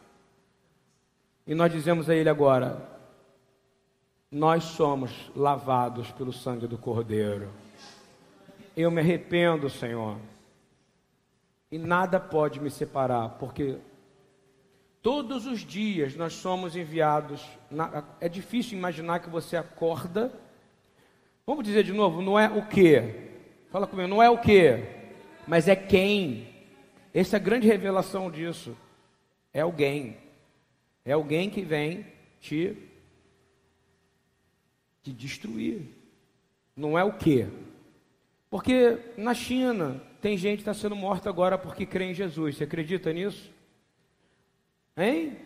E nós dizemos a ele agora, nós somos lavados pelo sangue do Cordeiro. Eu me arrependo, Senhor, e nada pode me separar, porque todos os dias nós somos enviados. É difícil imaginar que você acorda. Vamos dizer de novo, não é o que. Fala comigo, não é o que, mas é quem. Essa é a grande revelação disso. É alguém. É alguém que vem te destruir. Não é o que. Porque na China tem gente que está sendo morta agora porque crê em Jesus. Você acredita nisso? Hein?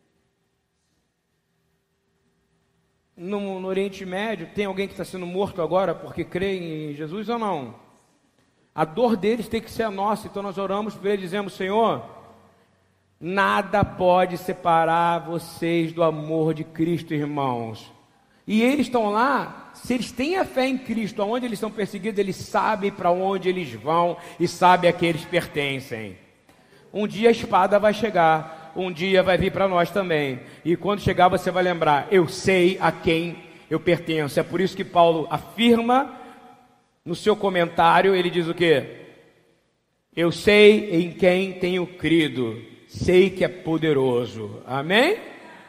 No Oriente Médio tem alguém que está sendo morto agora porque crê em Jesus ou não? A dor deles tem que ser a nossa. Então nós oramos por eles, dizemos, Senhor, nada pode separar vocês do amor de Cristo, irmãos. E eles estão lá, se eles têm a fé em Cristo, aonde eles são perseguidos, eles sabem para onde eles vão e sabem a que eles pertencem. Um dia a espada vai chegar, um dia vai vir para nós também. E quando chegar você vai lembrar, eu sei a quem eu pertenço. É por isso que Paulo afirma no seu comentário, ele diz o quê? Eu sei em quem tenho crido, sei que é poderoso. Amém?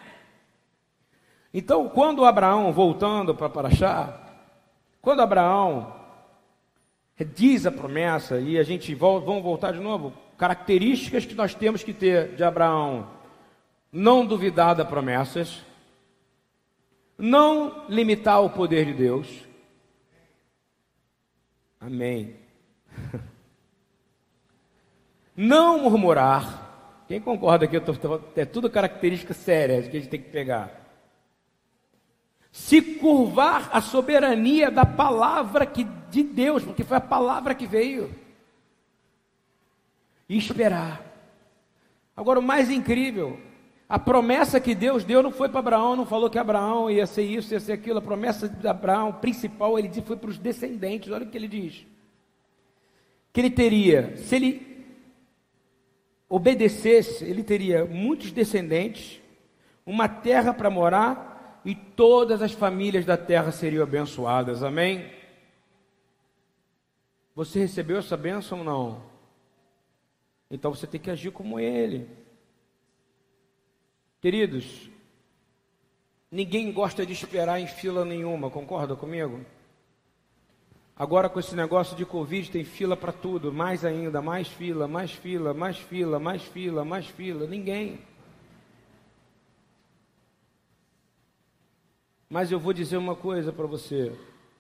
Então, quando Abraão, voltando para Paraxá, quando Abraão diz a promessa, e a gente vamos voltar de novo, características que nós temos que ter de Abraão: não duvidar das promessas, não limitar o poder de Deus. Amém. Não murmurar. Quem concorda que é tudo característica séria que a gente tem que pegar? Se curvar à soberania da palavra de Deus, porque foi a palavra que veio, e esperar. Agora o mais incrível, a promessa que Deus deu não foi para Abraão, não falou que Abraão ia ser isso, ia ser aquilo. A promessa de Abraão principal, ele disse, foi para os descendentes. Olha o que ele diz, que ele teria, se ele obedecesse, ele teria muitos descendentes, uma terra para morar, e todas as famílias da terra seriam abençoadas. Amém? Você recebeu essa bênção ou não? Então você tem que agir como ele. Queridos, ninguém gosta de esperar em fila nenhuma, concorda comigo? Agora com esse negócio de Covid tem fila para tudo, mais ainda, mais fila, mais fila, mais fila, mais fila, mais fila, ninguém. Mas eu vou dizer uma coisa para você.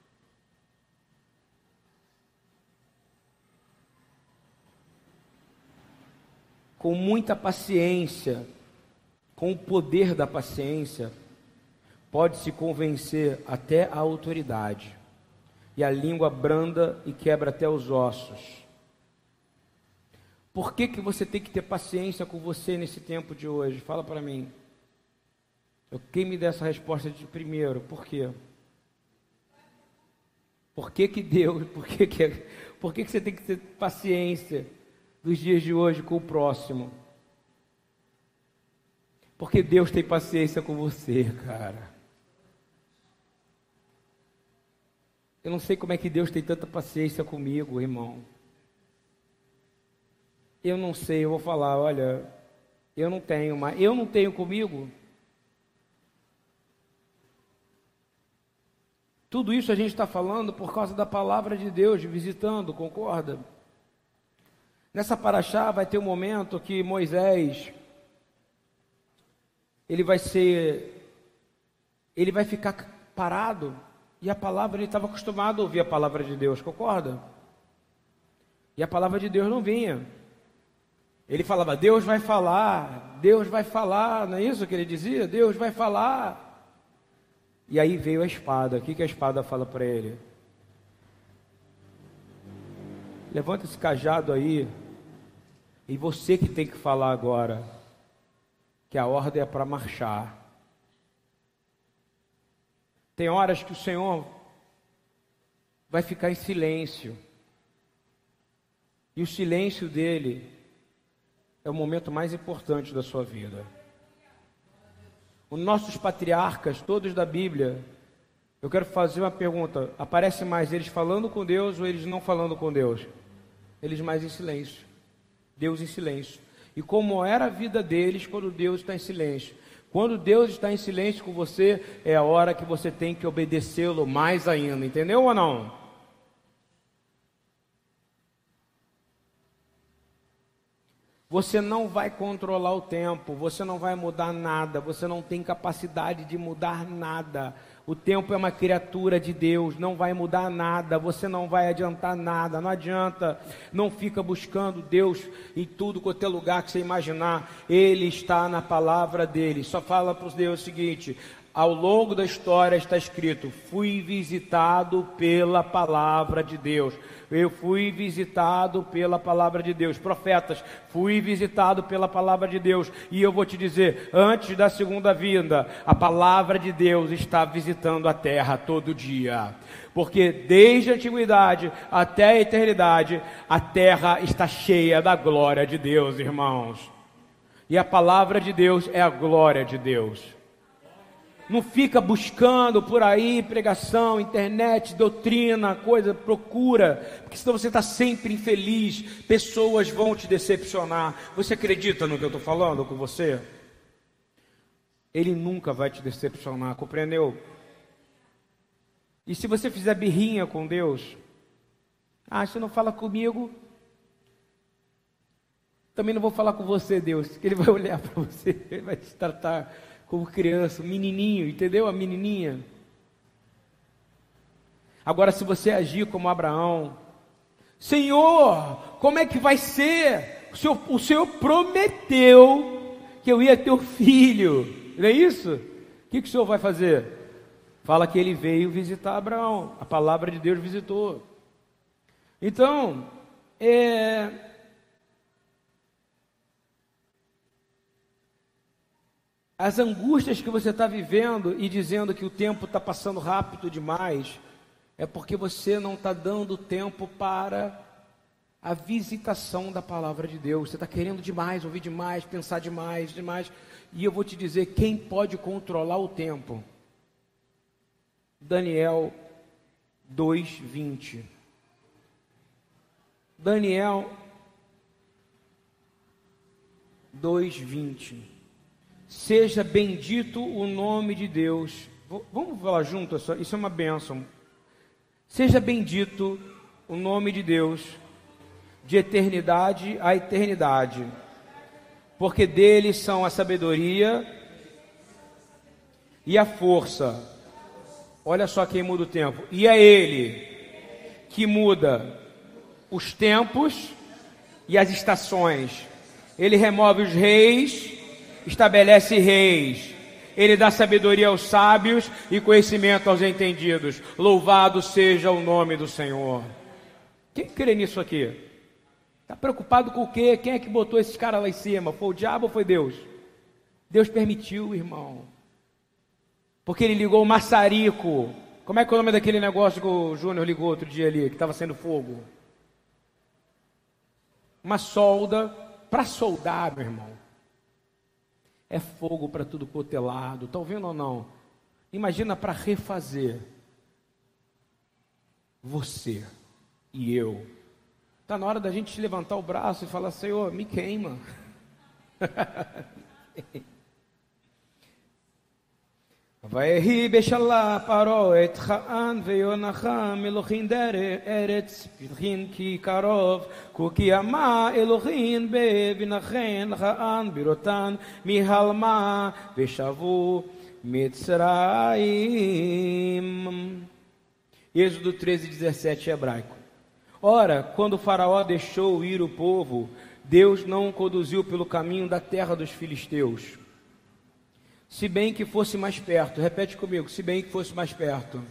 Com muita paciência, com o poder da paciência, pode-se convencer até a autoridade. E a língua branda e quebra até os ossos. Por que você tem que ter paciência com você nesse tempo de hoje? Fala para mim. Quem me der essa resposta de primeiro, por quê? Por que Deus, por que você tem que ter paciência dos dias de hoje com o próximo? Porque Deus tem paciência com você, cara. Eu não sei como é que Deus tem tanta paciência comigo, irmão. Eu não sei, eu vou falar, olha, eu não tenho comigo. Tudo isso a gente está falando por causa da palavra de Deus, visitando, concorda? Nessa paraxá vai ter um momento que Moisés, ele vai ficar parado, e a palavra, ele estava acostumado a ouvir a palavra de Deus, concorda? E a palavra de Deus não vinha. Ele falava, Deus vai falar, não é isso que ele dizia? Deus vai falar. E aí veio a espada. O que a espada fala para ele? Levanta esse cajado aí E você que tem que falar agora, que a ordem é para marchar. Tem horas que o Senhor vai ficar em silêncio. E o silêncio dele é o momento mais importante da sua vida. Os nossos patriarcas, todos da Bíblia, eu quero fazer uma pergunta: aparece mais eles falando com Deus ou eles não falando com Deus? Eles mais em silêncio. Deus em silêncio. E como era a vida deles quando Deus está em silêncio? Quando Deus está em silêncio com você, é a hora que você tem que obedecê-lo mais ainda. Entendeu ou não? Você não vai controlar o tempo, você não vai mudar nada, você não tem capacidade de mudar nada. O tempo é uma criatura de Deus, não vai mudar nada, você não vai adiantar nada, não adianta, não fica buscando Deus em tudo quanto é lugar que você imaginar, Ele está na palavra dEle. Só fala para os Deus o seguinte: ao longo da história está escrito, fui visitado pela palavra de Deus. Eu fui visitado pela palavra de Deus. Profetas, fui visitado pela palavra de Deus. E eu vou te dizer, antes da segunda vinda, a palavra de Deus está visitando a terra todo dia. Porque desde a antiguidade até a eternidade, a terra está cheia da glória de Deus, irmãos. E a palavra de Deus é a glória de Deus. Não fica buscando por aí pregação, internet, doutrina, coisa, procura, porque senão você está sempre infeliz, pessoas vão te decepcionar. Você acredita no que eu estou falando com você? Ele nunca vai te decepcionar, compreendeu? E se você fizer birrinha com Deus, você não fala comigo, também não vou falar com você, Deus, que Ele vai olhar para você, Ele vai te tratar como criança, menininho, entendeu? A menininha. Agora, se você agir como Abraão, Senhor, como é que vai ser? O Senhor prometeu que eu ia ter um filho, não é isso? O que o Senhor vai fazer? Fala que ele veio visitar Abraão, a palavra de Deus visitou. Então, as angústias que você está vivendo e dizendo que o tempo está passando rápido demais, é porque você não está dando tempo para a visitação da palavra de Deus. Você está querendo demais, ouvir demais, pensar demais. E eu vou te dizer, quem pode controlar o tempo? Daniel 2:20. Daniel 2:20. Seja bendito o nome de Deus. Vamos falar junto, isso é uma bênção. Seja bendito o nome de Deus, de eternidade a eternidade, porque dele são a sabedoria e a força. Olha só quem muda o tempo. E é Ele que muda os tempos e as estações. Ele remove os reis, estabelece reis. Ele dá sabedoria aos sábios e conhecimento aos entendidos. Louvado seja o nome do Senhor. Quem crê nisso aqui? Está preocupado com o quê? Quem é que botou esses caras lá em cima? Foi o diabo ou foi Deus? Deus permitiu, irmão. Porque ele ligou o maçarico. Como é que é o nome daquele negócio que o Júnior ligou outro dia ali, que estava sendo fogo? Uma solda para soldar, meu irmão. É fogo para tudo quanto é lado. Está ouvindo ou não? Imagina para refazer. Você e eu. Está na hora da gente levantar o braço e falar: Senhor, me queima. Vayehi beshallah paro et Chaan ve'yonacham Elohim dere eretz pirchin ki karov kuki ama Elohim bevinachen Chaan birotan mihalma veshavu Mitzrayim. Êxodo 13:17 hebraico. Ora, quando o faraó deixou ir o povo, Deus não o conduziu pelo caminho da terra dos filisteus, se bem que fosse mais perto. Repete comigo: se bem que fosse mais perto.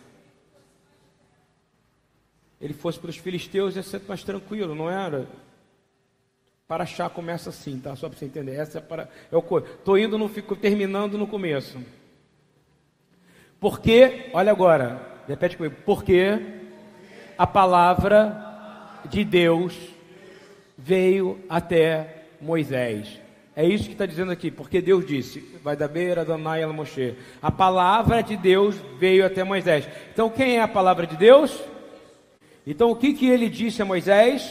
Ele fosse para os filisteus, ia ser mais tranquilo, não era? Paraxá começa assim, tá? Só para você entender. Essa é para. Tô indo, não fico terminando no começo. Porque, olha agora, repete comigo. Porque a palavra de Deus veio até Moisés. É isso que está dizendo aqui. Porque Deus disse: vai da beira, Adonai el Moshe. A palavra de Deus veio até Moisés. Então, quem é a palavra de Deus? Então, o que ele disse a Moisés?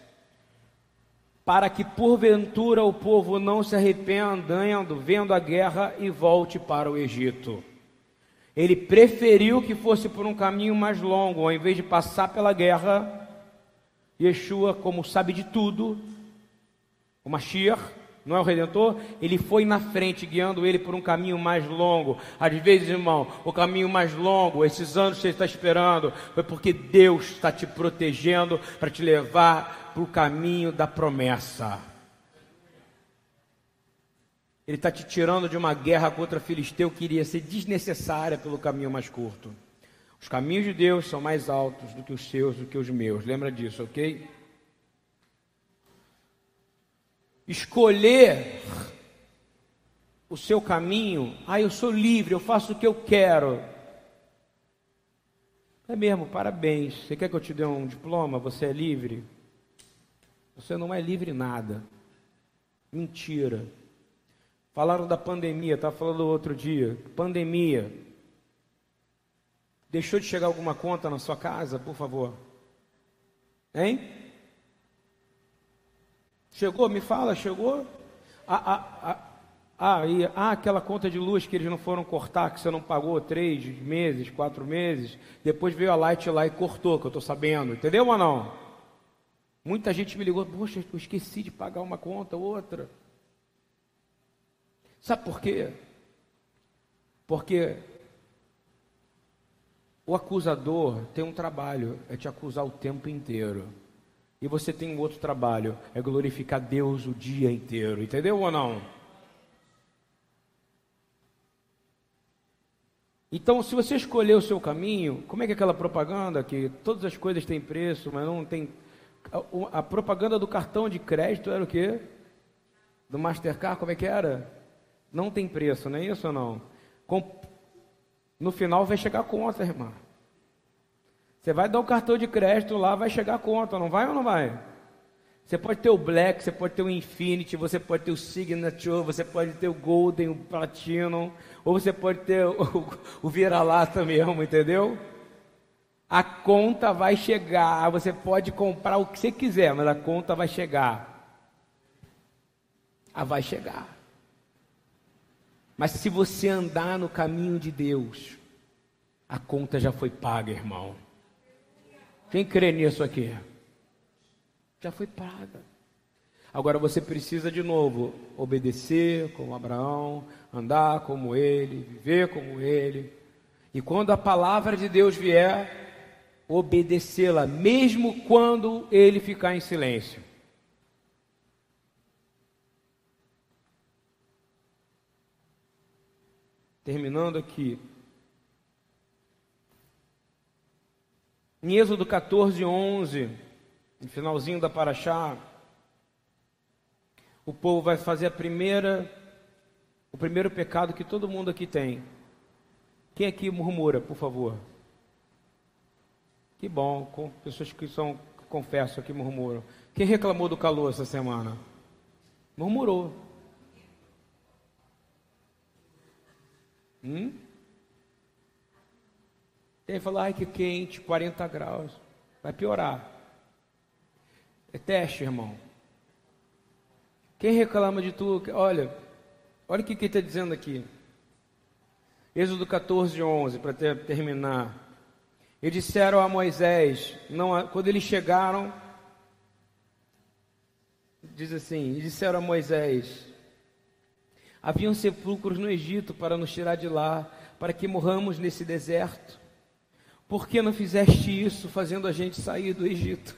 Para que porventura o povo não se arrependa vendo a guerra e volte para o Egito. Ele preferiu que fosse por um caminho mais longo, ao invés de passar pela guerra. Yeshua, como sabe de tudo, o Mashiach, não é o Redentor, ele foi na frente, guiando ele por um caminho mais longo. Às vezes, irmão, o caminho mais longo, esses anos que você está esperando, foi porque Deus está te protegendo para te levar para o caminho da promessa. Ele está te tirando de uma guerra contra Filisteu que iria ser desnecessária pelo caminho mais curto. Os caminhos de Deus são mais altos do que os seus, do que os meus. Lembra disso, ok? Escolher o seu caminho. Eu sou livre, eu faço o que eu quero. É mesmo, parabéns. Você quer que eu te dê um diploma? Você é livre? Você não é livre nada. Mentira. Falaram da pandemia, estava falando outro dia. Pandemia. Deixou de chegar alguma conta na sua casa, por favor? Hein? Chegou? Me fala, chegou? Aquela conta de luz que eles não foram cortar, que você não pagou 3 meses, 4 meses. Depois veio a Light lá e cortou, que eu estou sabendo. Entendeu ou não? Muita gente me ligou, poxa, eu esqueci de pagar uma conta, outra. Sabe por quê? Porque o acusador tem um trabalho, é te acusar o tempo inteiro. E você tem um outro trabalho, é glorificar Deus o dia inteiro. Entendeu ou não? Então, se você escolher o seu caminho, como é que é aquela propaganda que todas as coisas têm preço, mas não tem... A propaganda do cartão de crédito era o quê? Do Mastercard, como é que era? Não tem preço, não é isso ou não? No final vai chegar a conta, irmã. Você vai dar o cartão de crédito lá, vai chegar a conta, não vai ou não vai? Você pode ter o Black, você pode ter o Infinity, você pode ter o Signature, você pode ter o Golden, o Platinum, ou você pode ter o vira-lata mesmo, entendeu? A conta vai chegar, você pode comprar o que você quiser, mas a conta vai chegar. Vai chegar. Mas se você andar no caminho de Deus, a conta já foi paga, irmão. Quem crê nisso aqui? Já foi paga. Agora você precisa de novo obedecer como Abraão, andar como ele, viver como ele. E quando a palavra de Deus vier, obedecê-la, mesmo quando ele ficar em silêncio. Terminando aqui. Em Êxodo 14:11, no finalzinho da Paraxá, o povo vai fazer o primeiro pecado que todo mundo aqui tem. Quem aqui murmura, por favor? Que bom, com pessoas que confessam, que murmuram. Quem reclamou do calor essa semana? Murmurou. Tem que falar, que quente, 40 graus. Vai piorar. É teste, irmão. Quem reclama de tudo? Olha o que ele está dizendo aqui. Êxodo 14:11, para terminar. Eles disseram a Moisés, quando eles chegaram, diz assim, eles disseram a Moisés: haviam sepulcros no Egito para nos tirar de lá, para que morramos nesse deserto. Por que não fizeste isso, fazendo a gente sair do Egito?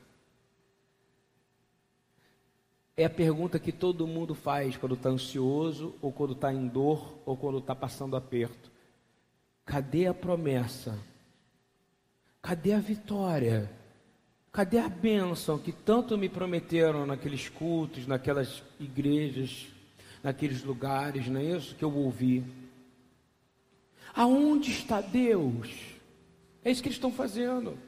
É a pergunta que todo mundo faz quando está ansioso, ou quando está em dor, ou quando está passando aperto. Cadê a promessa? Cadê a vitória? Cadê a bênção que tanto me prometeram naqueles cultos, naquelas igrejas, naqueles lugares, não é isso que eu ouvi? Aonde está Deus? É isso que eles estão fazendo.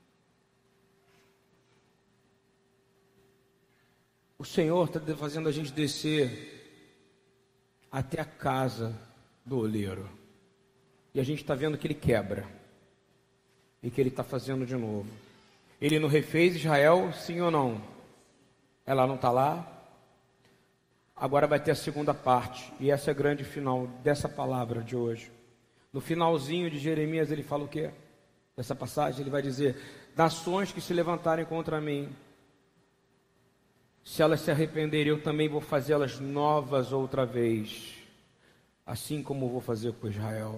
O Senhor está fazendo a gente descer até a casa do oleiro. E a gente está vendo que ele quebra. E que ele está fazendo de novo. Ele não refez Israel, sim ou não? Ela não está lá? Agora vai ter a segunda parte. E essa é a grande final dessa palavra de hoje. No finalzinho de Jeremias ele fala o quê? Nessa passagem ele vai dizer: nações que se levantarem contra mim, se elas se arrependerem, eu também vou fazê-las novas outra vez, assim como vou fazer com Israel.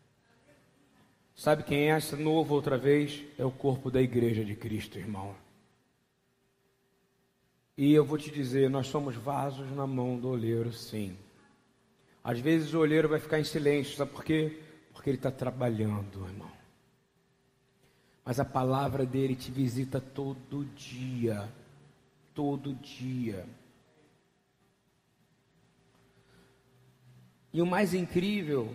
Sabe quem é essa nova outra vez? É o corpo da igreja de Cristo, irmão. E eu vou te dizer, nós somos vasos na mão do oleiro, sim. Às vezes o oleiro vai ficar em silêncio, sabe por quê? Porque ele está trabalhando, irmão. Mas a palavra dele te visita todo dia. Todo dia. E o mais incrível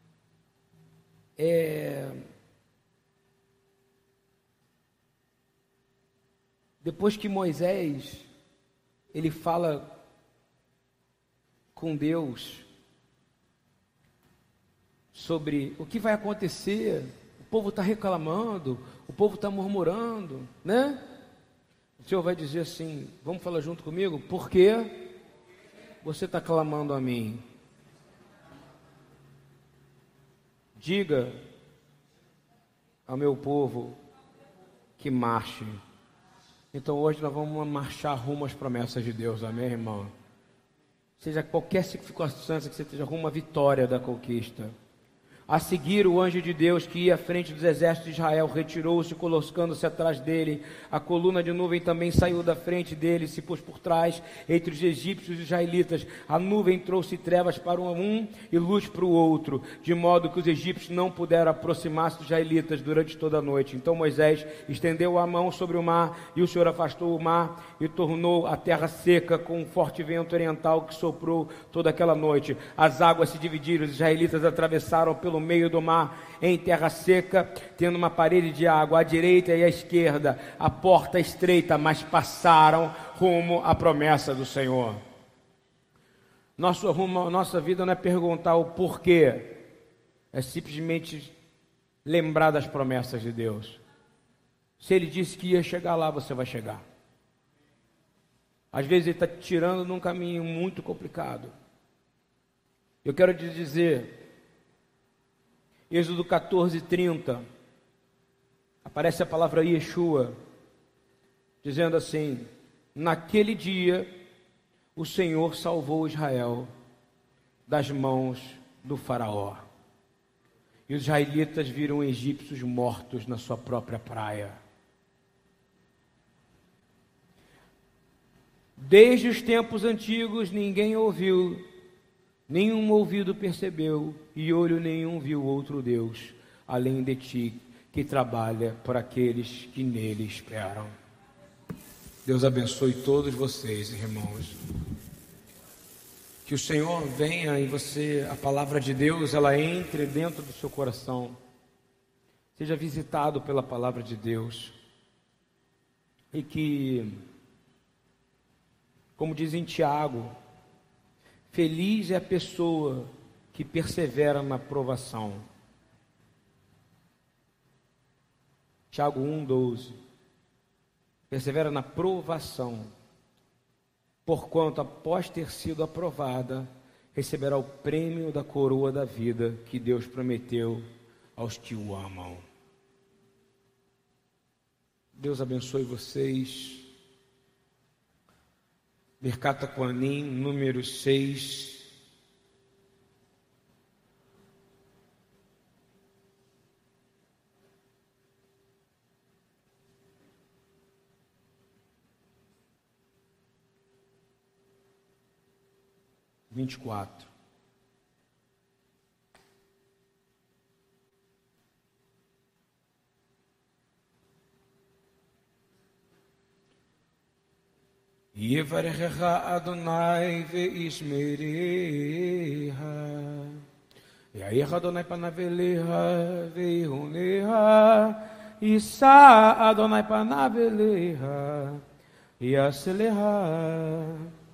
é, depois que Moisés ele fala com Deus sobre o que vai acontecer, o povo está reclamando, o povo está murmurando, né? O Senhor vai dizer assim, vamos falar junto comigo? Por que você está clamando a mim? Diga ao meu povo que marche. Então hoje nós vamos marchar rumo às promessas de Deus, amém, irmão? Seja qualquer circunstância que você esteja rumo à vitória da conquista. A seguir, o anjo de Deus que ia à frente dos exércitos de Israel retirou-se, colocando-se atrás dele. A coluna de nuvem também saiu da frente dele, se pôs por trás, entre os egípcios e os israelitas. A nuvem trouxe trevas para um e luz para o outro, de modo que os egípcios não puderam aproximar-se dos israelitas durante toda a noite. Então Moisés estendeu a mão sobre o mar, e o Senhor afastou o mar e tornou a terra seca com um forte vento oriental que soprou toda aquela noite. As águas se dividiram, os israelitas atravessaram pelo meio do mar em terra seca, tendo uma parede de água à direita e à esquerda, a porta estreita, mas passaram rumo à promessa do Senhor. Nossa vida não é perguntar o porquê, é simplesmente lembrar das promessas de Deus. Se Ele disse que ia chegar lá, você vai chegar. Às vezes Ele está te tirando num caminho muito complicado. Eu quero te dizer, Êxodo 14:30, aparece a palavra Yeshua, dizendo assim: naquele dia o Senhor salvou Israel das mãos do faraó, e os israelitas viram egípcios mortos na sua própria praia. Desde os tempos antigos ninguém ouviu, nenhum ouvido percebeu, e olho nenhum viu outro Deus, além de ti, que trabalha por aqueles que nele esperam. Deus abençoe todos vocês, irmãos. Que o Senhor venha em você, a palavra de Deus, ela entre dentro do seu coração. Seja visitado pela palavra de Deus. E que, como diz em Tiago, feliz é a pessoa que persevera na provação. Tiago 1:12. Persevera na provação, porquanto após ter sido aprovada, receberá o prêmio da coroa da vida que Deus prometeu aos que o amam. Deus abençoe vocês. Mercata Kohanim, número 6. Vinte e quatro. Yevarechecha Adonai ve'ishmerecha. Yair Adonai panav elecha ve'ironecha. Yisa Adonai panav elecha yaselecha.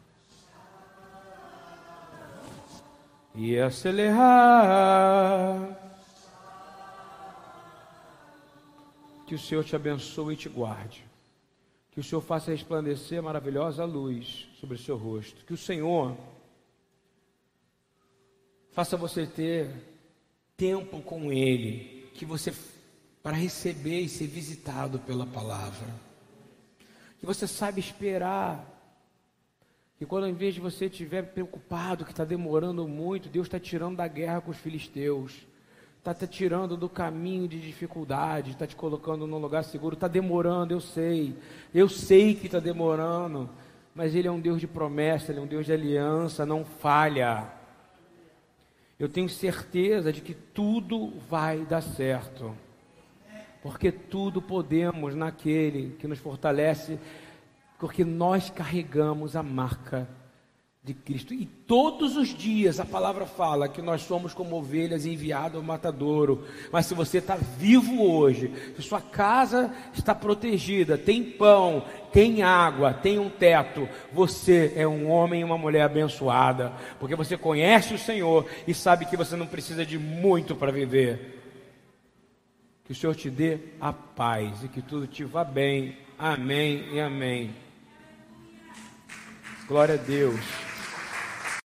Yaselecha. Que o Senhor te abençoe e te guarde. Que o Senhor faça resplandecer a maravilhosa luz sobre o seu rosto. Que o Senhor faça você ter tempo com Ele, para receber e ser visitado pela palavra. Que você saiba esperar. Que quando, em vez de você estiver preocupado, que está demorando muito, Deus está tirando da guerra com os filisteus. Está te tirando do caminho de dificuldade, está te colocando num lugar seguro. Está demorando, eu sei que está demorando, mas Ele é um Deus de promessa, Ele é um Deus de aliança, não falha. Eu tenho certeza de que tudo vai dar certo, porque tudo podemos naquele que nos fortalece, porque nós carregamos a marca de Cristo. E todos os dias a palavra fala que nós somos como ovelhas enviadas ao matadouro. Mas se você está vivo hoje, se sua casa está protegida, tem pão, tem água, tem um teto, você é um homem e uma mulher abençoada, porque você conhece o Senhor e sabe que você não precisa de muito para viver. Que o Senhor te dê a paz e que tudo te vá bem. Amém e amém. Glória a Deus.